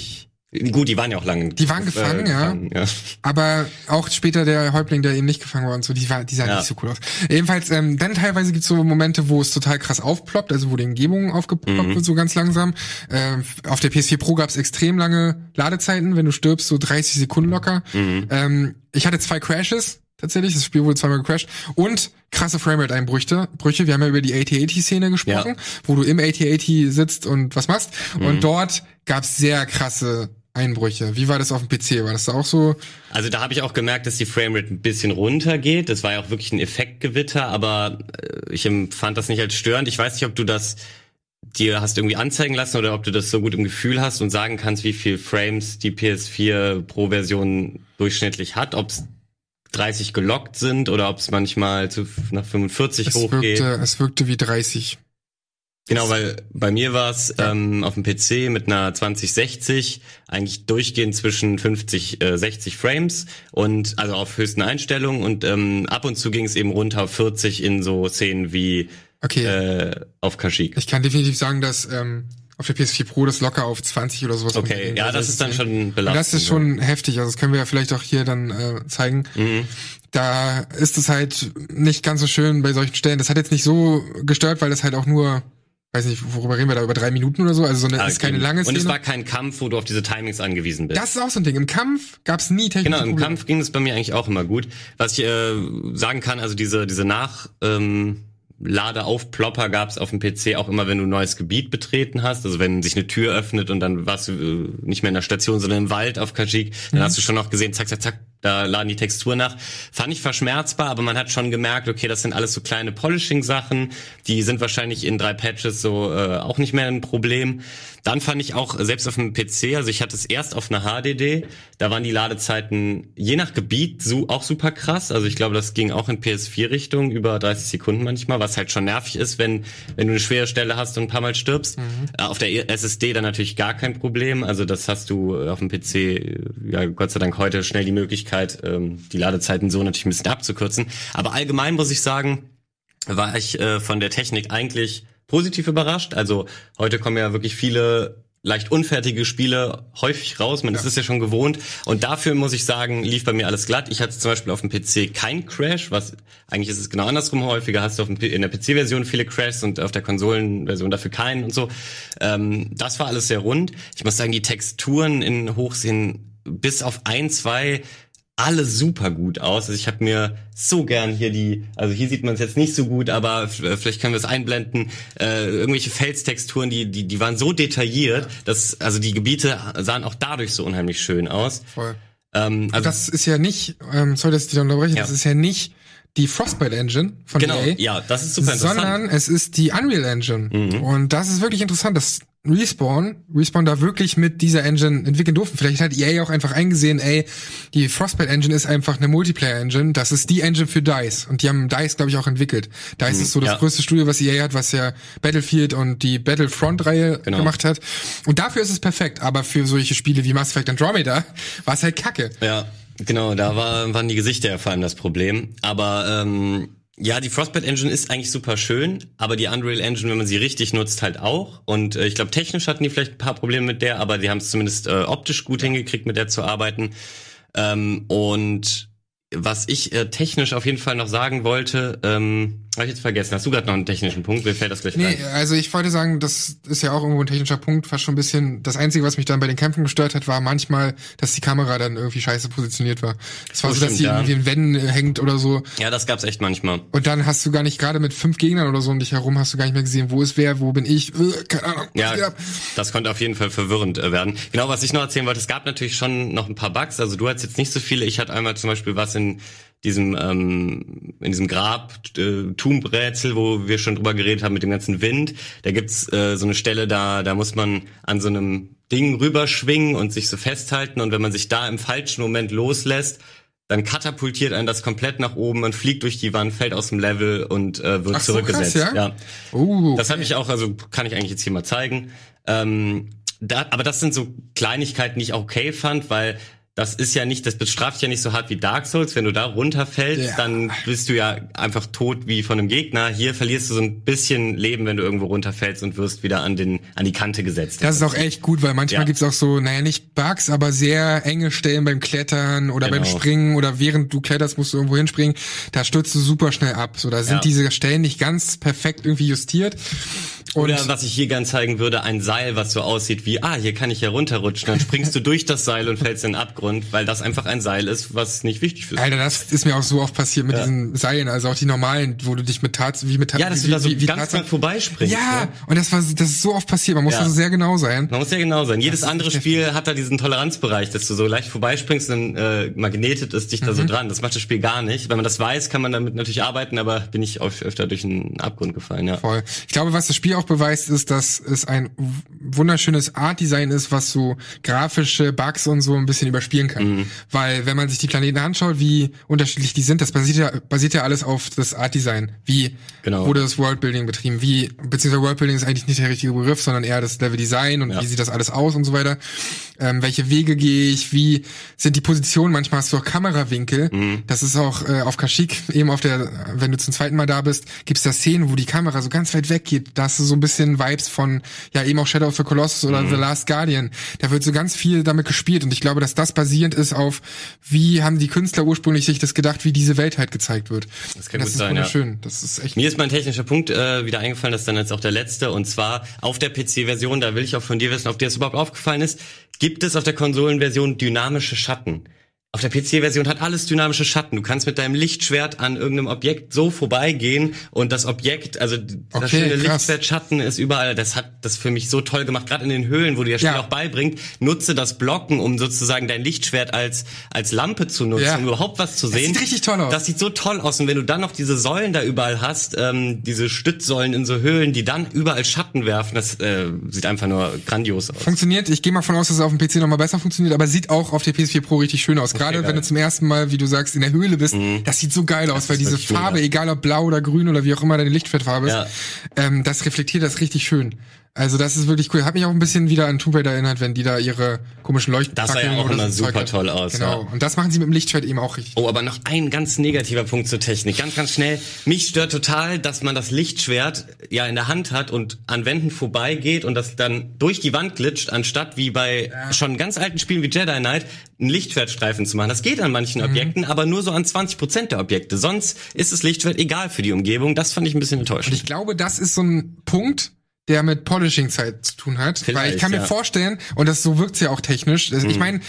Gut, die waren ja auch lange. Die waren gefangen, ja. Aber auch später der Häuptling, der eben nicht gefangen war und so, die sah nicht so cool aus. Jedenfalls, dann teilweise gibt's so Momente, wo es total krass aufploppt, also wo die Umgebung aufgeploppt wird, so ganz langsam. Auf der PS4 Pro gab's extrem lange Ladezeiten, wenn du stirbst, so 30 Sekunden locker. Ich hatte 2 Crashes. Tatsächlich, das Spiel wurde zweimal gecrashed. Und krasse Framerate-Einbrüche. Wir haben ja über die AT-AT-Szene gesprochen, wo du im AT-AT sitzt und was machst. Und dort gab's sehr krasse Einbrüche. Wie war das auf dem PC? War das da auch so? Also da habe ich auch gemerkt, dass die Framerate ein bisschen runtergeht. Das war ja auch wirklich ein Effektgewitter, aber ich empfand das nicht als störend. Ich weiß nicht, ob du das dir hast irgendwie anzeigen lassen oder ob du das so gut im Gefühl hast und sagen kannst, wie viel Frames die PS4 Pro-Version durchschnittlich hat, ob's 30 gelockt sind oder ob es manchmal nach 45 hochgeht. Es wirkte wie 30. Genau, weil bei mir war es auf dem PC mit einer 2060 eigentlich durchgehend zwischen 60 Frames und also auf höchsten Einstellungen und ab und zu ging es eben runter auf 40 in so Szenen wie auf Kashyyyk. Ich kann definitiv sagen, dass auf der PS4 Pro das locker auf 20 oder sowas. Okay, ja, das ist dann schon belastend. Das ist schon heftig, also das können wir ja vielleicht auch hier dann zeigen. Da ist es halt nicht ganz so schön bei solchen Stellen. Das hat jetzt nicht so gestört, weil das halt auch nur, weiß nicht, worüber reden wir da, über 3 Minuten oder so? Also ist keine lange Szene. Und es war kein Kampf, wo du auf diese Timings angewiesen bist. Das ist auch so ein Ding. Im Kampf gab's nie technische Probleme. Genau, im Kampf ging es bei mir eigentlich auch immer gut. Was ich sagen kann, also diese Ladeaufplopper gab es auf dem PC auch immer, wenn du ein neues Gebiet betreten hast. Also wenn sich eine Tür öffnet und dann warst du nicht mehr in der Station, sondern im Wald auf Kashyyyk, dann hast du schon noch gesehen, zack, zack, zack, da laden die Texturen nach. Fand ich verschmerzbar, aber man hat schon gemerkt, okay, das sind alles so kleine Polishing-Sachen, die sind wahrscheinlich in 3 Patches so auch nicht mehr ein Problem. Dann fand ich auch, selbst auf dem PC, also ich hatte es erst auf einer HDD, da waren die Ladezeiten je nach Gebiet auch super krass. Also ich glaube, das ging auch in PS4-Richtung über 30 Sekunden manchmal, was halt schon nervig ist, wenn du eine schwere Stelle hast und ein paar Mal stirbst. Auf der SSD dann natürlich gar kein Problem. Also das hast du auf dem PC, ja Gott sei Dank heute schnell die Möglichkeit, die Ladezeiten so natürlich ein bisschen abzukürzen. Aber allgemein muss ich sagen, war ich von der Technik eigentlich positiv überrascht. Also heute kommen ja wirklich viele leicht unfertige Spiele häufig raus. Man ist es ja schon gewohnt. Und dafür muss ich sagen, lief bei mir alles glatt. Ich hatte zum Beispiel auf dem PC kein Crash, was eigentlich ist es genau andersrum häufiger. Hast du in der PC-Version viele Crashs und auf der Konsolenversion dafür keinen und so. Das war alles sehr rund. Ich muss sagen, die Texturen in Hochsehen bis auf 1, 2 alle super gut aus. Also ich habe mir so gern hier also hier sieht man es jetzt nicht so gut, aber vielleicht können wir es einblenden, irgendwelche Felstexturen, die waren so detailliert, dass also die Gebiete sahen auch dadurch so unheimlich schön aus. Voll. Also das ist ja nicht, sorry, dass ich dich unterbreche, das ist ja nicht die Frostbite Engine von EA. Ja, das ist super interessant. Sondern es ist die Unreal Engine. Und das ist wirklich interessant, dass Respawn da wirklich mit dieser Engine entwickeln durften. Vielleicht hat EA auch einfach eingesehen, die Frostbite Engine ist einfach eine Multiplayer-Engine. Das ist die Engine für DICE. Und die haben DICE, glaube ich, auch entwickelt. DICE ist so das größte Studio, was EA hat, was ja Battlefield und die Battlefront-Reihe gemacht hat. Und dafür ist es perfekt. Aber für solche Spiele wie Mass Effect Andromeda war es halt kacke. Ja, genau. Da waren die Gesichter ja vor allem das Problem. Aber ja, die Frostbite Engine ist eigentlich super schön, aber die Unreal Engine, wenn man sie richtig nutzt, halt auch. Und ich glaube, technisch hatten die vielleicht ein paar Probleme mit der, aber die haben es zumindest optisch gut hingekriegt, mit der zu arbeiten. Und was ich technisch auf jeden Fall noch sagen wollte, habe ich jetzt vergessen. Hast du gerade noch einen technischen Punkt? Mir fällt das gleich rein. Also ich wollte sagen, das ist ja auch irgendwo ein technischer Punkt, fast schon ein bisschen. Das Einzige, was mich dann bei den Kämpfen gestört hat, war manchmal, dass die Kamera dann irgendwie scheiße positioniert war. Das war so, dass die irgendwie in Wänden hängt oder so. Ja, das gab's echt manchmal. Und dann hast du gar nicht, gerade mit 5 Gegnern oder so um dich herum, hast du gar nicht mehr gesehen, wo ist wer, wo bin ich, keine Ahnung. Ja, das konnte auf jeden Fall verwirrend werden. Genau, was ich noch erzählen wollte, es gab natürlich schon noch ein paar Bugs. Also du hattest jetzt nicht so viele. Ich hatte einmal zum Beispiel was in diesem Grab Tomb-Rätsel, wo wir schon drüber geredet haben mit dem ganzen Wind. Da gibt's so eine Stelle, da muss man an so einem Ding rüberschwingen und sich so festhalten, und wenn man sich da im falschen Moment loslässt, dann katapultiert einen das komplett nach oben, man fliegt durch die Wand, fällt aus dem Level und wird zurückgesetzt. Krass, ja? Okay. Das hat mich auch, also kann ich eigentlich jetzt hier mal zeigen. Aber das sind so Kleinigkeiten, die ich auch okay fand, weil das ist ja nicht, das bestraft ja nicht so hart wie Dark Souls. Wenn du da runterfällst, dann bist du ja einfach tot wie von einem Gegner. Hier verlierst du so ein bisschen Leben, wenn du irgendwo runterfällst und wirst wieder an die Kante gesetzt. Das ist auch echt gut, weil manchmal gibt's auch so, naja, nicht Bugs, aber sehr enge Stellen beim Klettern oder beim Springen oder während du kletterst, musst du irgendwo hinspringen. Da stürzt du super schnell ab. So, da sind diese Stellen nicht ganz perfekt irgendwie justiert. Oder was ich hier gern zeigen würde, ein Seil, was so aussieht wie, hier kann ich ja runterrutschen. Dann springst du durch das Seil und fällst in den Abgrund, weil das einfach ein Seil ist, was nicht wichtig ist. Alter, das ist mir auch so oft passiert mit diesen Seilen, also auch die normalen, wo du dich dass du da so ganz mal vorbeispringst. Ja, ne? Und das ist so oft passiert. Man muss also sehr genau sein. Man muss sehr genau sein. Jedes andere Spiel hat da diesen Toleranzbereich, dass du so leicht vorbeispringst und dann magnetet es dich da so dran. Das macht das Spiel gar nicht. Wenn man das weiß, kann man damit natürlich arbeiten, aber bin ich öfter durch einen Abgrund gefallen, ja. Voll. Ich glaube, was das Spiel auch beweist, ist, dass es ein wunderschönes Art-Design ist, was so grafische Bugs und so ein bisschen überspielen kann. Weil, wenn man sich die Planeten anschaut, wie unterschiedlich die sind, das basiert ja alles auf das Art-Design. Wie wurde das Worldbuilding betrieben? Beziehungsweise Worldbuilding ist eigentlich nicht der richtige Begriff, sondern eher das Level-Design und wie sieht das alles aus und so weiter. Welche Wege gehe ich? Wie sind die Positionen? Manchmal hast du auch Kamerawinkel. Das ist auch auf Kashyyyk eben wenn du zum zweiten Mal da bist, gibt's da Szenen, wo die Kamera so ganz weit weg geht. Da hast du so ein bisschen Vibes von, eben auch Shadow of the Colossus oder The Last Guardian. Da wird so ganz viel damit gespielt und ich glaube, dass das basierend ist auf, wie haben die Künstler ursprünglich sich das gedacht, wie diese Welt halt gezeigt wird. Das kann gut sein, wunderschön. Das ist echt. Mir ist mein technischer Punkt wieder eingefallen, das ist dann jetzt auch der letzte, und zwar auf der PC-Version, da will ich auch von dir wissen, ob dir das überhaupt aufgefallen ist, gibt es auf der Konsolenversion dynamische Schatten. Auf der PC-Version hat alles dynamische Schatten. Du kannst mit deinem Lichtschwert an irgendeinem Objekt so vorbeigehen und das Objekt, also das schöne Lichtschwertschatten ist überall. Das hat das für mich so toll gemacht, gerade in den Höhlen, wo dir das Spiel auch beibringt. Nutze das Blocken, um sozusagen dein Lichtschwert als Lampe zu nutzen, um überhaupt was zu sehen. Das sieht richtig toll aus. Das sieht so toll aus. Und wenn du dann noch diese Säulen da überall hast, diese Stützsäulen in so Höhlen, die dann überall Schatten werfen, das sieht einfach nur grandios aus. Funktioniert. Ich gehe mal von aus, dass es auf dem PC nochmal besser funktioniert, aber sieht auch auf der PS4 Pro richtig schön aus. Gerade wenn du zum ersten Mal, wie du sagst, in der Höhle bist, das sieht so geil aus, weil diese Farbe, egal ob blau oder grün oder wie auch immer deine Lichtschwertfarbe ist, das reflektiert das richtig schön. Also das ist wirklich cool. Hat mich auch ein bisschen wieder an Tomb Raider erinnert, wenn die da ihre komischen Leuchtfackeln. Das sah ja auch immer super toll aus. Genau. Ja. Und das machen sie mit dem Lichtschwert eben auch richtig. Oh, aber noch ein ganz negativer Punkt zur Technik. Ganz, ganz schnell. Mich stört total, dass man das Lichtschwert in der Hand hat und an Wänden vorbeigeht und das dann durch die Wand glitscht, anstatt wie bei schon ganz alten Spielen wie Jedi Knight einen Lichtschwertstreifen zu machen. Das geht an manchen Objekten, aber nur so an 20% der Objekte. Sonst ist das Lichtschwert egal für die Umgebung. Das fand ich ein bisschen enttäuschend. Und ich glaube, das ist so ein Punkt, der mit Polishing-Zeit zu tun hat. Vielleicht, weil ich kann mir vorstellen, und so wirkt's ja auch technisch, ich meine,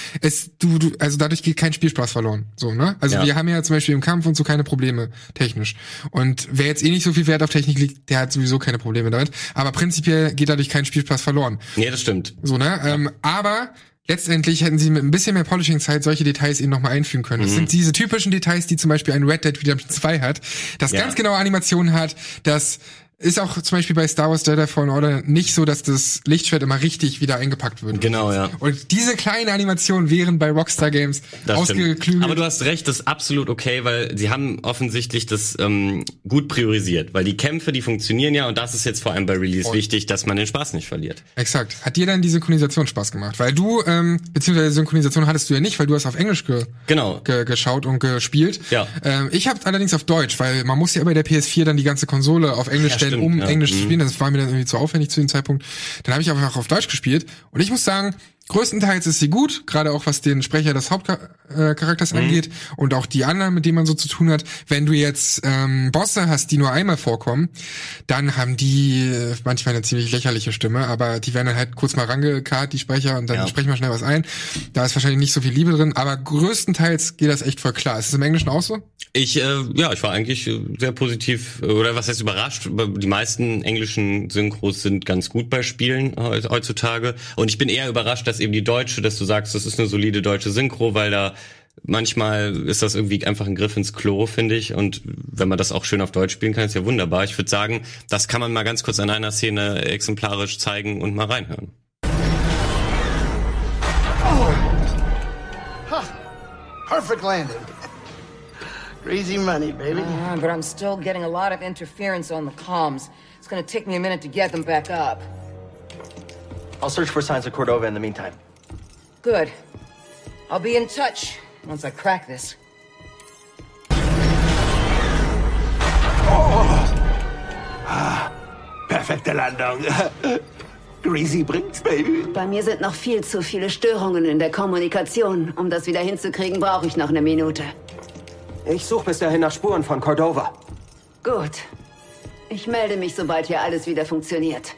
also dadurch geht kein Spielspaß verloren. So, ne? Also wir haben ja zum Beispiel im Kampf und so keine Probleme technisch. Und wer jetzt nicht so viel Wert auf Technik legt, der hat sowieso keine Probleme damit. Aber prinzipiell geht dadurch kein Spielspaß verloren. Nee, das stimmt. So, ne? Aber letztendlich hätten sie mit ein bisschen mehr Polishing-Zeit solche Details eben nochmal einfügen können. Das sind diese typischen Details, die zum Beispiel ein Red Dead Redemption 2 hat, das ganz genaue Animationen hat, das ist auch zum Beispiel bei Star Wars Jedi Fallen Order nicht so, dass das Lichtschwert immer richtig wieder eingepackt wird. Genau, ja. Und diese kleinen Animationen wären bei Rockstar Games ausgeklügelt. Aber du hast recht, das ist absolut okay, weil sie haben offensichtlich das gut priorisiert. Weil die Kämpfe, die funktionieren ja, und das ist jetzt vor allem bei Release wichtig, dass man den Spaß nicht verliert. Exakt. Hat dir dann die Synchronisation Spaß gemacht? Weil du, beziehungsweise Synchronisation hattest du ja nicht, weil du hast auf Englisch geschaut und gespielt. Ja. Ich habe allerdings auf Deutsch, weil man muss ja bei der PS4 dann die ganze Konsole auf Englisch stellen, um Englisch zu spielen. Das war mir dann irgendwie zu aufwendig zu dem Zeitpunkt. Dann habe ich einfach auf Deutsch gespielt. Und ich muss sagen, größtenteils ist sie gut, gerade auch was den Sprecher des Hauptcharakters angeht und auch die anderen, mit denen man so zu tun hat. Wenn du jetzt Bosse hast, die nur einmal vorkommen, dann haben die manchmal eine ziemlich lächerliche Stimme, aber die werden dann halt kurz mal rangekarrt, die Sprecher, und dann sprechen wir schnell was ein. Da ist wahrscheinlich nicht so viel Liebe drin, aber größtenteils geht das echt voll klar. Ist es im Englischen auch so? Ich war eigentlich sehr positiv, oder was heißt überrascht. Die meisten englischen Synchros sind ganz gut bei Spielen heutzutage. Und ich bin eher überrascht, dass eben die deutsche, dass du sagst, das ist eine solide deutsche Synchro, weil da manchmal ist das irgendwie einfach ein Griff ins Klo, finde ich. Und wenn man das auch schön auf Deutsch spielen kann, ist ja wunderbar. Ich würde sagen, das kann man mal ganz kurz an einer Szene exemplarisch zeigen und mal reinhören. Oh. Huh. Perfect landing. Crazy money, baby. But I'm still getting a lot of interference on the comms. It's gonna take me a minute to get them back up. I'll search for signs of Cordova in the meantime. Good. I'll be in touch once I crack this. Perfekte Landung. Greasy bringt's, Baby. Bei mir sind noch viel zu viele Störungen in der Kommunikation. Um das wieder hinzukriegen, brauche ich noch eine Minute. Ich suche bis dahin nach Spuren von Cordova. Gut. Ich melde mich, sobald hier alles wieder funktioniert.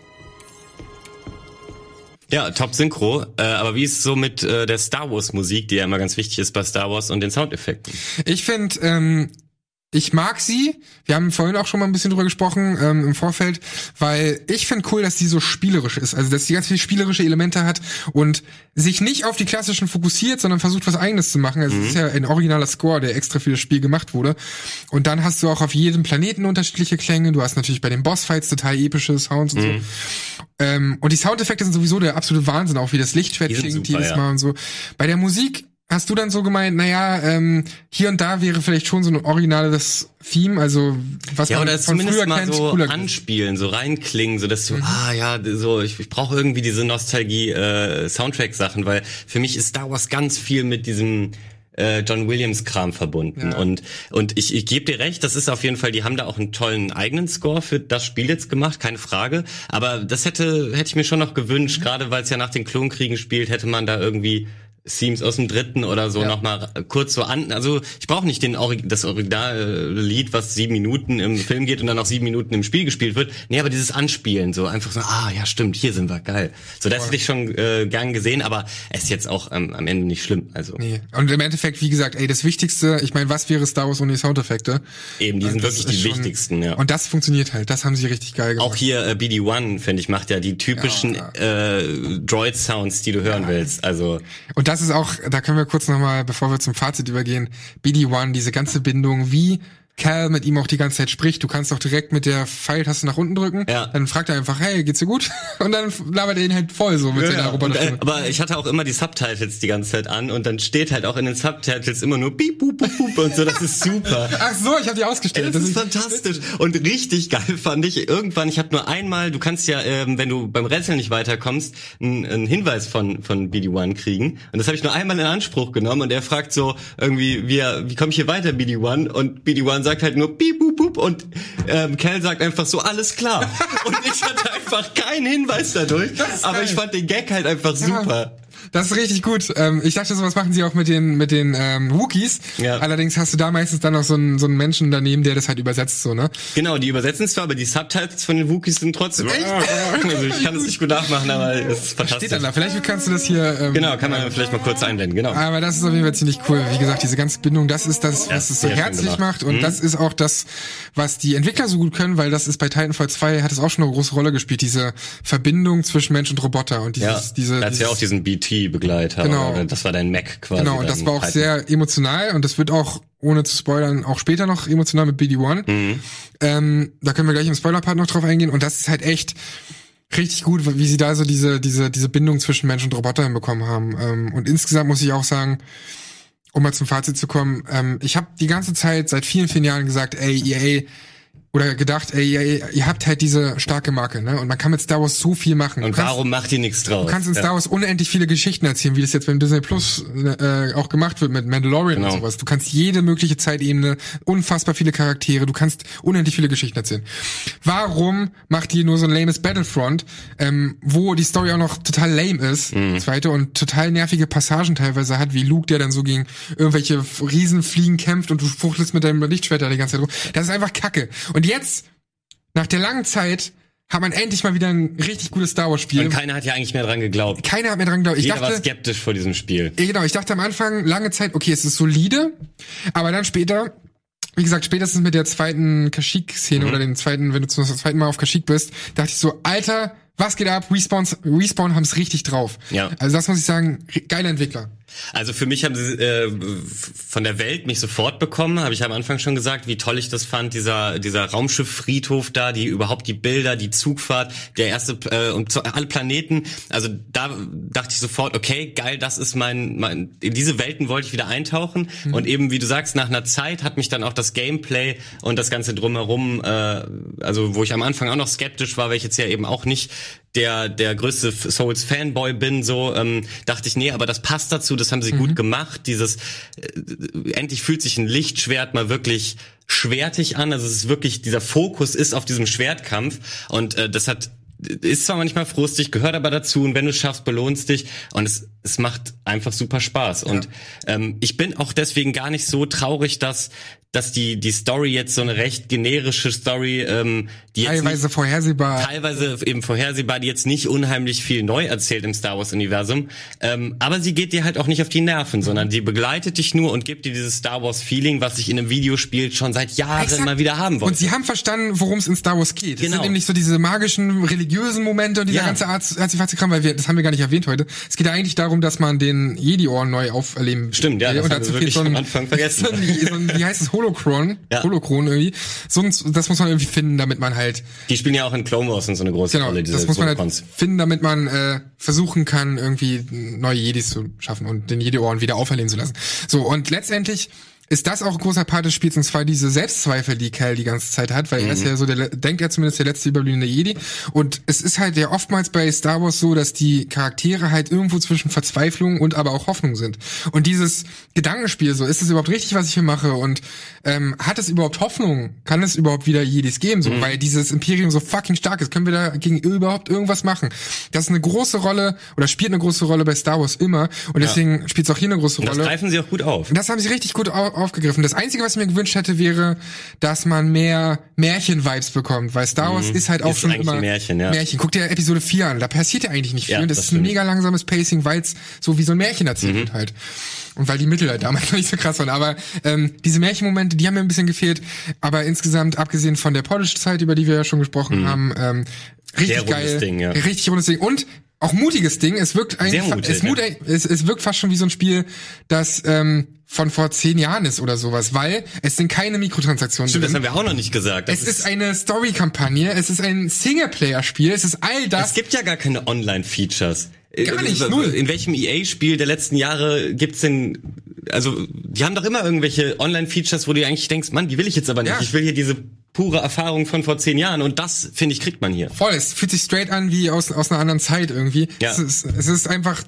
Ja, top Synchro. Aber wie ist es so mit der Star Wars Musik, die ja immer ganz wichtig ist bei Star Wars, und den Soundeffekten? Ich finde, ich mag sie. Wir haben vorhin auch schon mal ein bisschen drüber gesprochen im Vorfeld, weil ich finde cool, dass die so spielerisch ist. Also, dass die ganz viele spielerische Elemente hat und sich nicht auf die klassischen fokussiert, sondern versucht, was Eigenes zu machen. Also, es ist ja ein originaler Score, der extra für das Spiel gemacht wurde. Und dann hast du auch auf jedem Planeten unterschiedliche Klänge. Du hast natürlich bei den Bossfights total epische Sounds und so. Und die Soundeffekte sind sowieso der absolute Wahnsinn, auch wie das Lichtschwert klingt jedes Mal und so. Bei der Musik hast du dann so gemeint, hier und da wäre vielleicht schon so ein originales Theme, also was man oder von früher mal kennt, so cooler anspielen, so reinklingen, so dass du, ich brauche irgendwie diese Nostalgie-Soundtrack-Sachen, weil für mich ist Star Wars ganz viel mit diesem John Williams-Kram verbunden. Ja. Und ich gebe dir recht, das ist auf jeden Fall, die haben da auch einen tollen eigenen Score für das Spiel jetzt gemacht, keine Frage. Aber das hätte ich mir schon noch gewünscht, gerade weil es ja nach den Klonkriegen spielt, hätte man da irgendwie Themes aus dem 3. oder so nochmal kurz so an, also ich brauche nicht das Originallied, was 7 Minuten im Film geht und dann noch 7 Minuten im Spiel gespielt wird. Nee, aber dieses Anspielen, so einfach so, ja stimmt, hier sind wir, geil. So, das hätte ich schon gern gesehen, aber es ist jetzt auch am Ende nicht schlimm, also. Nee, und im Endeffekt, wie gesagt, das Wichtigste, ich meine, was wäre Star Wars ohne die Soundeffekte? Eben, die sind wirklich die wichtigsten, ja. Und das funktioniert halt, das haben sie richtig geil gemacht. Auch hier BD-1, finde ich, macht ja die typischen Droid-Sounds, die du hören willst, also. Und das ist auch, da können wir kurz nochmal, bevor wir zum Fazit übergehen, BD-1, diese ganze Bindung, wie Cal mit ihm auch die ganze Zeit spricht. Du kannst auch direkt mit der Pfeiltaste nach unten drücken. Ja. Dann fragt er einfach, hey, geht's dir gut? Und dann labert er ihn halt voll so mit seiner Roboterstimme. Aber ich hatte auch immer die Subtitles die ganze Zeit an und dann steht halt auch in den Subtitles immer nur Beep, Boop, Boop, Boop und so. Das ist super. Ach so, ich habe die ausgestellt. Das ist fantastisch. Und richtig geil fand ich irgendwann, ich habe nur einmal, du kannst ja, wenn du beim Rätsel nicht weiterkommst, einen Hinweis von BD-1 kriegen. Und das habe ich nur einmal in Anspruch genommen und er fragt so irgendwie, wie komme ich hier weiter, BD-1? Und BD-1 sagt halt nur Piep, Boop, Boop und Cal sagt einfach so, alles klar. Und ich hatte einfach keinen Hinweis dadurch, aber ich fand den Gag halt einfach super. Das ist richtig gut. Ich dachte, sowas machen sie auch mit den Wookiees. Ja. Allerdings hast du da meistens dann noch so einen Menschen daneben, der das halt übersetzt, so, ne? Genau, die übersetzen es zwar, aber die Subtitles von den Wookiees sind trotzdem. Echt? Also ich kann es nicht gut nachmachen, aber es ist fantastisch. Steht dann da. Vielleicht kannst du das hier. Genau, kann man vielleicht mal kurz einblenden, genau. Aber das ist auf jeden Fall ziemlich cool. Wie gesagt, diese ganze Bindung, das ist das, was es so herzlich macht. Und das ist auch das, was die Entwickler so gut können, weil das ist bei Titanfall 2 hat es auch schon eine große Rolle gespielt, diese Verbindung zwischen Mensch und Roboter und da hat ja auch diesen BT-Begleiter. Genau. Das war dein Mac quasi. Genau, und das war auch sehr emotional und das wird auch, ohne zu spoilern, auch später noch emotional mit BD-1. Da können wir gleich im Spoiler-Part noch drauf eingehen und das ist halt echt richtig gut, wie sie da so diese Bindung zwischen Mensch und Roboter hinbekommen haben. Und insgesamt muss ich auch sagen, um mal zum Fazit zu kommen, ich habe die ganze Zeit seit vielen, vielen Jahren gesagt, EA, oder gedacht, ihr habt halt diese starke Marke, ne? Und man kann mit Star Wars so viel machen. Und warum macht ihr nichts draus? Du kannst in Star Wars unendlich viele Geschichten erzählen, wie das jetzt beim Disney Plus auch gemacht wird mit Mandalorian und sowas. Du kannst jede mögliche Zeitebene, unfassbar viele Charaktere, du kannst unendlich viele Geschichten erzählen. Warum macht ihr nur so ein lames Battlefront, wo die Story auch noch total lame ist, zweite, und total nervige Passagen teilweise hat, wie Luke, der dann so gegen irgendwelche Riesenfliegen kämpft und du fuchtelst mit deinem Lichtschwert da die ganze Zeit rum. Das ist einfach Kacke. Und jetzt, nach der langen Zeit, hat man endlich mal wieder ein richtig gutes Star Wars Spiel. Und keiner hat ja eigentlich mehr dran geglaubt. Keiner hat mehr dran geglaubt. Jeder war skeptisch vor diesem Spiel. Genau, ich dachte am Anfang, lange Zeit, okay, es ist solide, aber dann später, wie gesagt, spätestens mit der zweiten Kashyyyk-Szene oder den zweiten, wenn du zum zweiten Mal auf Kashyyyk bist, dachte ich so, Alter, was geht ab? Respawn haben's richtig drauf. Ja. Also das muss ich sagen, geiler Entwickler. Also für mich haben sie von der Welt mich sofort bekommen, habe ich am Anfang schon gesagt, wie toll ich das fand, dieser Raumschiff-Friedhof da, die Bilder, die Zugfahrt, der erste alle Planeten. Also da dachte ich sofort, okay, geil, das ist in diese Welten wollte ich wieder eintauchen. Und eben, wie du sagst, nach einer Zeit hat mich dann auch das Gameplay und das Ganze drumherum, also wo ich am Anfang auch noch skeptisch war, weil ich jetzt ja eben auch nicht der größte Souls-Fanboy bin, so dachte ich, nee, aber das passt dazu, das haben sie gut gemacht. Endlich fühlt sich ein Lichtschwert mal wirklich schwertig an, also es ist wirklich, dieser Fokus ist auf diesem Schwertkampf und ist zwar manchmal frustig, gehört aber dazu und wenn du es schaffst, belohnst dich und es macht einfach super Spaß und ich bin auch deswegen gar nicht so traurig, dass die Story jetzt so eine recht generische Story, die jetzt teilweise vorhersehbar, die jetzt nicht unheimlich viel neu erzählt im Star Wars Universum, aber sie geht dir halt auch nicht auf die Nerven, sondern die begleitet dich nur und gibt dir dieses Star Wars Feeling, was ich in einem Videospiel schon seit Jahren mal wieder haben wollte. Und sie haben verstanden, worum es in Star Wars geht. Es sind nämlich so diese magischen, religiösen Momente und dieser ganze Arzi-Fazi-Kram, weil das haben wir gar nicht erwähnt heute. Es geht ja eigentlich darum, dass man den Jedi-Orden neu auferleben. Stimmt, ja, das und haben wir wirklich am Anfang vergessen. Wie heißt es? Holocron irgendwie. Das muss man irgendwie finden, damit man halt... Die spielen ja auch in Clone Wars und so eine große Rolle. Das muss man halt finden, damit man versuchen kann, irgendwie neue Jedis zu schaffen und den Jedi-Orden wieder auferleben zu lassen. So, und letztendlich ist das auch ein großer Part des Spiels, und zwar diese Selbstzweifel, die Cal die ganze Zeit hat, weil er ist ja so, denkt er zumindest der letzte überbliebene Jedi. Und es ist halt ja oftmals bei Star Wars so, dass die Charaktere halt irgendwo zwischen Verzweiflung und aber auch Hoffnung sind. Und dieses Gedankenspiel so, ist es überhaupt richtig, was ich hier mache? Und hat es überhaupt Hoffnung? Kann es überhaupt wieder Jedis geben? So, weil dieses Imperium so fucking stark ist. Können wir dagegen überhaupt irgendwas machen? Das ist eine große Rolle, oder spielt eine große Rolle bei Star Wars immer. Und deswegen spielt es auch hier eine große Rolle. Das greifen sie auch gut auf. Das haben sie richtig gut aufgegriffen. Das Einzige, was ich mir gewünscht hätte, wäre, dass man mehr Märchen-Vibes bekommt, weil Star Wars ist halt auch schon immer Märchen. Guck dir Episode 4 an, da passiert ja eigentlich nicht viel. Ja, das ist ein mega langsames Pacing, weil es so wie so ein Märchen erzählt wird halt. Und weil die Mittel halt damals noch nicht so krass waren. Aber diese Märchenmomente, die haben mir ein bisschen gefehlt. Aber insgesamt, abgesehen von der Polish-Zeit, über die wir ja schon gesprochen haben, richtig geil. Richtig rundes Ding. Und auch mutiges Ding. Es wirkt eigentlich, es wirkt fast schon wie so ein Spiel, das von vor 10 Jahren ist oder sowas, weil es sind keine Mikrotransaktionen drin. Das haben wir auch noch nicht gesagt. Es ist eine Story-Kampagne, es ist ein Singleplayer-Spiel, es ist all das. Es gibt ja gar keine Online-Features. Gar nicht, null. In welchem EA-Spiel der letzten Jahre gibt's denn, also, die haben doch immer irgendwelche Online-Features, wo du eigentlich denkst, Mann, die will ich jetzt aber nicht. Ja. Ich will hier diese pure Erfahrung von vor 10 Jahren und das, finde ich, kriegt man hier. Voll, es fühlt sich straight an wie aus einer anderen Zeit irgendwie. Ja. Es ist einfach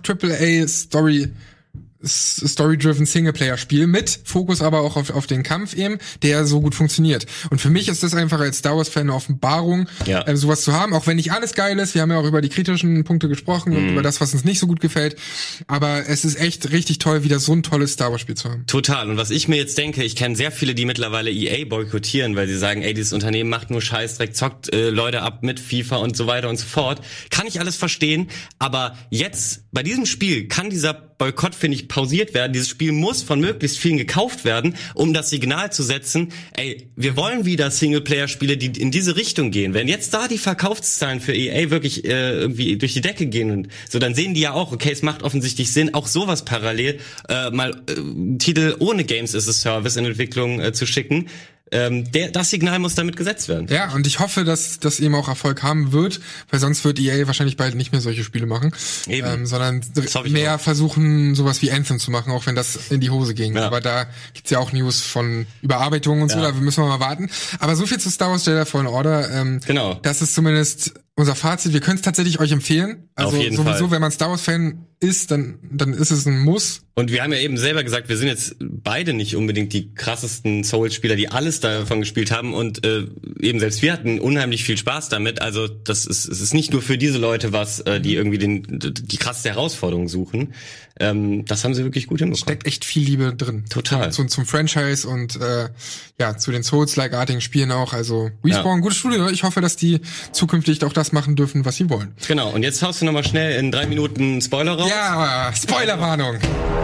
Story-driven Singleplayer-Spiel mit Fokus aber auch auf den Kampf eben, der so gut funktioniert. Und für mich ist das einfach als Star Wars-Fan eine Offenbarung, sowas zu haben, auch wenn nicht alles geil ist. Wir haben ja auch über die kritischen Punkte gesprochen und über das, was uns nicht so gut gefällt. Aber es ist echt richtig toll, wieder so ein tolles Star Wars-Spiel zu haben. Total. Und was ich mir jetzt denke, ich kenne sehr viele, die mittlerweile EA boykottieren, weil sie sagen, ey, dieses Unternehmen macht nur Scheißdreck, zockt Leute ab mit FIFA und so weiter und so fort. Kann ich alles verstehen. Aber jetzt, bei diesem Spiel, kann dieser Boykott, finde ich, pausiert werden. Dieses Spiel muss von möglichst vielen gekauft werden, um das Signal zu setzen, ey, wir wollen wieder Singleplayer-Spiele, die in diese Richtung gehen. Wenn jetzt da die Verkaufszahlen für EA wirklich irgendwie durch die Decke gehen und so, dann sehen die ja auch, okay, es macht offensichtlich Sinn, auch sowas parallel Titel ohne Games as a Service in Entwicklung zu schicken. Das Signal muss damit gesetzt werden. Ja, und ich hoffe, dass das eben auch Erfolg haben wird, weil sonst wird EA wahrscheinlich bald nicht mehr solche Spiele machen, sondern mehr versuchen, sowas wie Anthem zu machen, auch wenn das in die Hose ging. Ja. Aber da gibt's ja auch News von Überarbeitungen und so, da müssen wir mal warten. Aber so viel zu Star Wars Jedi Fallen Order. Genau. Das ist zumindest unser Fazit. Wir können es tatsächlich euch empfehlen. Also auf jeden sowieso, Fall. wenn man Star Wars Fan ist, dann ist es ein Muss. Und wir haben ja eben selber gesagt, wir sind jetzt beide nicht unbedingt die krassesten Souls-Spieler, die alles davon gespielt haben und eben selbst wir hatten unheimlich viel Spaß damit. Also es ist nicht nur für diese Leute was, die irgendwie die krasseste Herausforderung suchen. Das haben sie wirklich gut hinbekommen. Steckt echt viel Liebe drin. Total. Zum Franchise und zu den Souls-like-artigen Spielen auch. Also Respawn, gutes Studio. Ich hoffe, dass die zukünftig auch das machen dürfen, was sie wollen. Genau. Und jetzt haust du nochmal schnell in 3 Minuten Spoiler raus. Ja, Spoilerwarnung.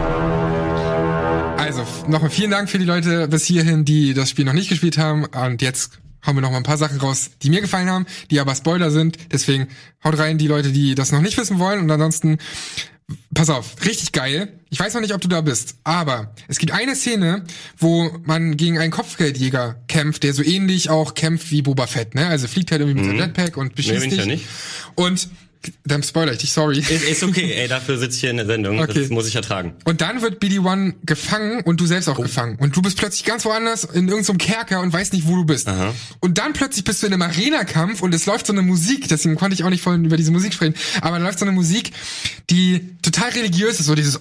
Also, nochmal vielen Dank für die Leute bis hierhin, die das Spiel noch nicht gespielt haben. Und jetzt haben wir noch mal ein paar Sachen raus, die mir gefallen haben, die aber Spoiler sind. Deswegen haut rein die Leute, die das noch nicht wissen wollen. Und ansonsten, pass auf, richtig geil. Ich weiß noch nicht, ob du da bist, aber es gibt eine Szene, wo man gegen einen Kopfgeldjäger kämpft, der so ähnlich auch kämpft wie Boba Fett, ne? Also fliegt halt irgendwie mit seinem Jetpack und beschießt dich. Ja nicht. Und Dann spoiler ich dich, sorry. Ist okay, ey, dafür sitze ich hier in der Sendung. Okay. Das muss ich ertragen. Und dann wird BD-1 gefangen und du selbst auch gefangen. Und du bist plötzlich ganz woanders in irgendeinem Kerker und weißt nicht, wo du bist. Aha. Und dann plötzlich bist du in einem Arena-Kampf und es läuft so eine Musik, deswegen konnte ich auch nicht vorhin über diese Musik sprechen, aber da läuft so eine Musik, die total religiös ist, so dieses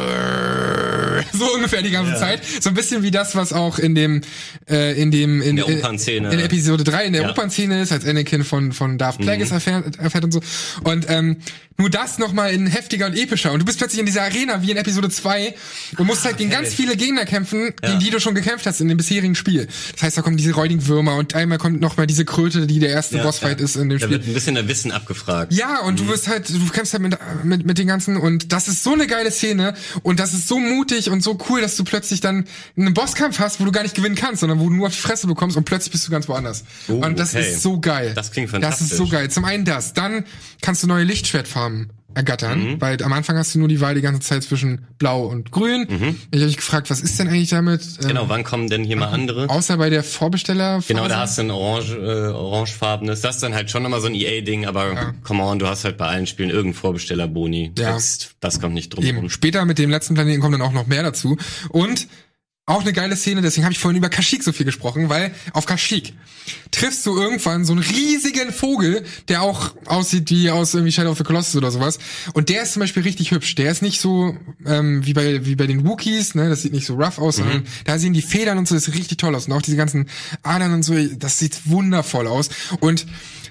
so ungefähr die ganze Zeit. So ein bisschen wie das, was auch in der Opernszene. In Episode 3 in der Opernszene ist, als Anakin von Darth Plagueis erfährt und so. Und nur das nochmal in heftiger und epischer. Und du bist plötzlich in dieser Arena wie in Episode 2 und musst halt gegen ganz viele Gegner kämpfen, gegen die du schon gekämpft hast in dem bisherigen Spiel. Das heißt, da kommen diese räudigen Würmer und einmal kommt nochmal diese Kröte, die der erste Bossfight ist in dem Spiel. Da wird ein bisschen der Wissen abgefragt. Ja, und du kämpfst halt mit den ganzen, und das ist so eine geile Szene und das ist so mutig und so cool, dass du plötzlich dann einen Bosskampf hast, wo du gar nicht gewinnen kannst, sondern wo du nur auf die Fresse bekommst und plötzlich bist du ganz woanders. Und das ist so geil. Das klingt fantastisch. Das ist so geil. Zum einen das. Dann kannst du neue Lichtschwertfarben ergattern, weil am Anfang hast du nur die Wahl die ganze Zeit zwischen Blau und Grün. Ich habe mich gefragt, was ist denn eigentlich damit? Genau, wann kommen denn hier mal andere? Außer bei der Vorbestellerphase. Genau, da hast du ein orangefarbenes. Das ist dann halt schon nochmal so ein EA-Ding, aber come on, du hast halt bei allen Spielen irgendeinen Vorbestellerboni. Das kommt nicht drum rum. Später mit dem letzten Planeten kommt dann auch noch mehr dazu. Und auch eine geile Szene, deswegen habe ich vorhin über Kashyyyk so viel gesprochen, weil auf Kashyyyk triffst du irgendwann so einen riesigen Vogel, der auch aussieht wie aus irgendwie Shadow of the Colossus oder sowas. Und der ist zum Beispiel richtig hübsch. Der ist nicht so wie bei den Wookiees, ne? Das sieht nicht so rough aus, sondern da sehen die Federn und so, das sieht richtig toll aus. Und auch diese ganzen Adern und so, das sieht wundervoll aus. Und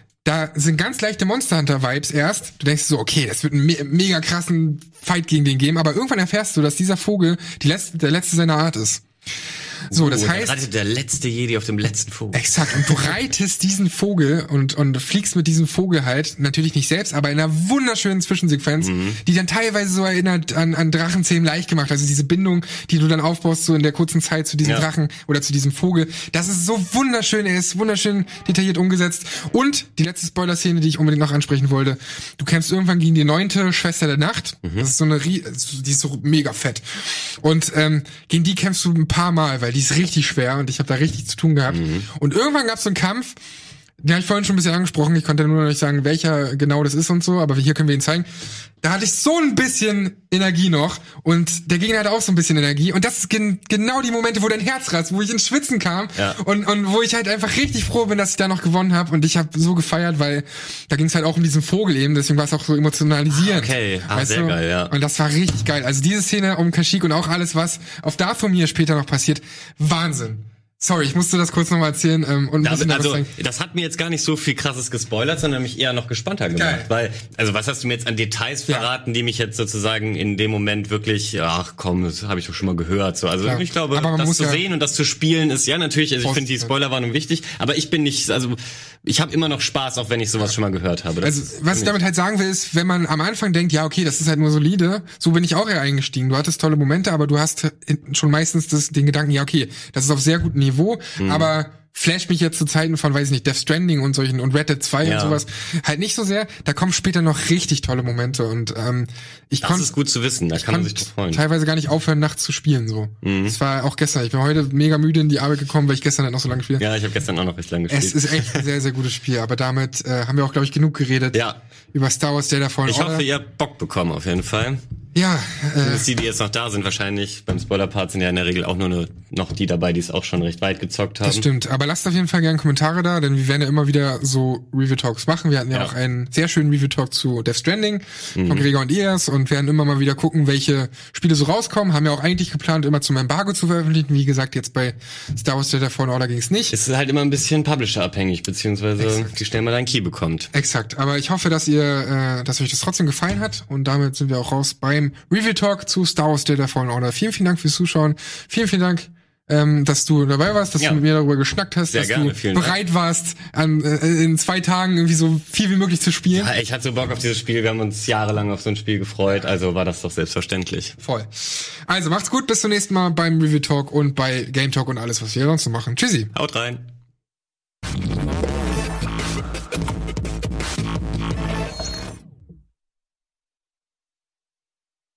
da sind ganz leichte Monster Hunter-Vibes erst. Du denkst so, okay, das wird einen mega krassen Fight gegen den geben. Aber irgendwann erfährst du, dass dieser Vogel der letzte seiner Art ist. So, das heißt, reitet der letzte Jedi auf dem letzten Vogel. Exakt. Und du reitest diesen Vogel und fliegst mit diesem Vogel halt, natürlich nicht selbst, aber in einer wunderschönen Zwischensequenz, die dann teilweise so erinnert an Drachenzähmen leicht gemacht. Also diese Bindung, die du dann aufbaust, so in der kurzen Zeit zu diesem Drachen oder zu diesem Vogel. Das ist so wunderschön. Er ist wunderschön detailliert umgesetzt. Und die letzte Spoiler-Szene, die ich unbedingt noch ansprechen wollte. Du kämpfst irgendwann gegen die 9. Schwester der Nacht. Das ist so die ist so mega fett. Und gegen die kämpfst du ein paar Mal, weil die ist richtig schwer und ich habe da richtig zu tun gehabt. Und irgendwann gab es so einen Kampf, den habe ich vorhin schon ein bisschen angesprochen, ich konnte nur noch nicht sagen, welcher genau das ist und so, aber hier können wir ihn zeigen. Da hatte ich so ein bisschen Energie noch und der Gegner hatte auch so ein bisschen Energie und das ist genau die Momente, wo dein Herz rast, wo ich ins Schwitzen kam und wo ich halt einfach richtig froh bin, dass ich da noch gewonnen habe und ich habe so gefeiert, weil da ging es halt auch um diesen Vogel eben, deswegen war es auch so emotionalisierend. Okay, sehr geil, ja. Und das war richtig geil. Also diese Szene um Kashyyyk und auch alles, was auf Dathomir später noch passiert, Wahnsinn. Sorry, ich musste das kurz nochmal erzählen. Und das hat mir jetzt gar nicht so viel Krasses gespoilert, sondern mich eher noch gespannter gemacht. Weil, also was hast du mir jetzt an Details verraten, die mich jetzt sozusagen in dem Moment wirklich, ach komm, das habe ich doch schon mal gehört. So, also ich glaube, das zu sehen und das zu spielen ist natürlich, also ich finde die Spoilerwarnung wichtig, aber ich bin nicht, also ich habe immer noch Spaß, auch wenn ich sowas schon mal gehört habe. Also was ich damit halt sagen will, ist, wenn man am Anfang denkt, ja okay, das ist halt nur solide, so bin ich auch eher eingestiegen. Du hattest tolle Momente, aber du hast schon meistens den Gedanken, ja okay, das ist auf sehr gutem Niveau, aber flasht mich jetzt zu Zeiten von, weiß ich nicht, Death Stranding und solchen und Red Dead 2 und sowas halt nicht so sehr. Da kommen später noch richtig tolle Momente und das ist gut zu wissen, da kann man sich drauf freuen. Teilweise gar nicht aufhören, nachts zu spielen so. Das war auch gestern. Ich bin heute mega müde in die Arbeit gekommen, weil ich gestern halt noch so lange gespielt habe. Ja, ich habe gestern auch noch recht lange gespielt. Es ist echt ein sehr, sehr gutes Spiel, aber damit haben wir auch, glaube ich, genug geredet über Star Wars Jedi Fallen Order. Ich hoffe, ihr habt Bock bekommen auf jeden Fall. Ja. Die jetzt noch da sind, wahrscheinlich beim Spoiler-Part sind ja in der Regel auch nur noch die dabei, die es auch schon recht weit gezockt haben. Das stimmt, aber lasst auf jeden Fall gerne Kommentare da, denn wir werden ja immer wieder so Review-Talks machen. Wir hatten ja auch einen sehr schönen Review-Talk zu Death Stranding von Gregor und Ias und werden immer mal wieder gucken, welche Spiele so rauskommen. Haben ja auch eigentlich geplant, immer zum Embargo zu veröffentlichen. Wie gesagt, jetzt bei Star Wars Jedi Fallen Order ging es nicht. Es ist halt immer ein bisschen Publisher-abhängig, beziehungsweise wie schnell man deinen Key bekommt. Exakt, aber ich hoffe, dass euch das trotzdem gefallen hat und damit sind wir auch raus beim Review-Talk zu Star Wars Jedi Fallen Order. Vielen, vielen Dank fürs Zuschauen. Vielen, vielen Dank, dass du dabei warst, dass du mit mir darüber geschnackt hast, dass du bereit warst, in 2 Tagen irgendwie so viel wie möglich zu spielen. Ja, ich hatte so Bock auf dieses Spiel. Wir haben uns jahrelang auf so ein Spiel gefreut, also war das doch selbstverständlich. Voll. Also macht's gut, bis zum nächsten Mal beim Review Talk und bei Game Talk und alles, was wir sonst so machen. Tschüssi. Haut rein.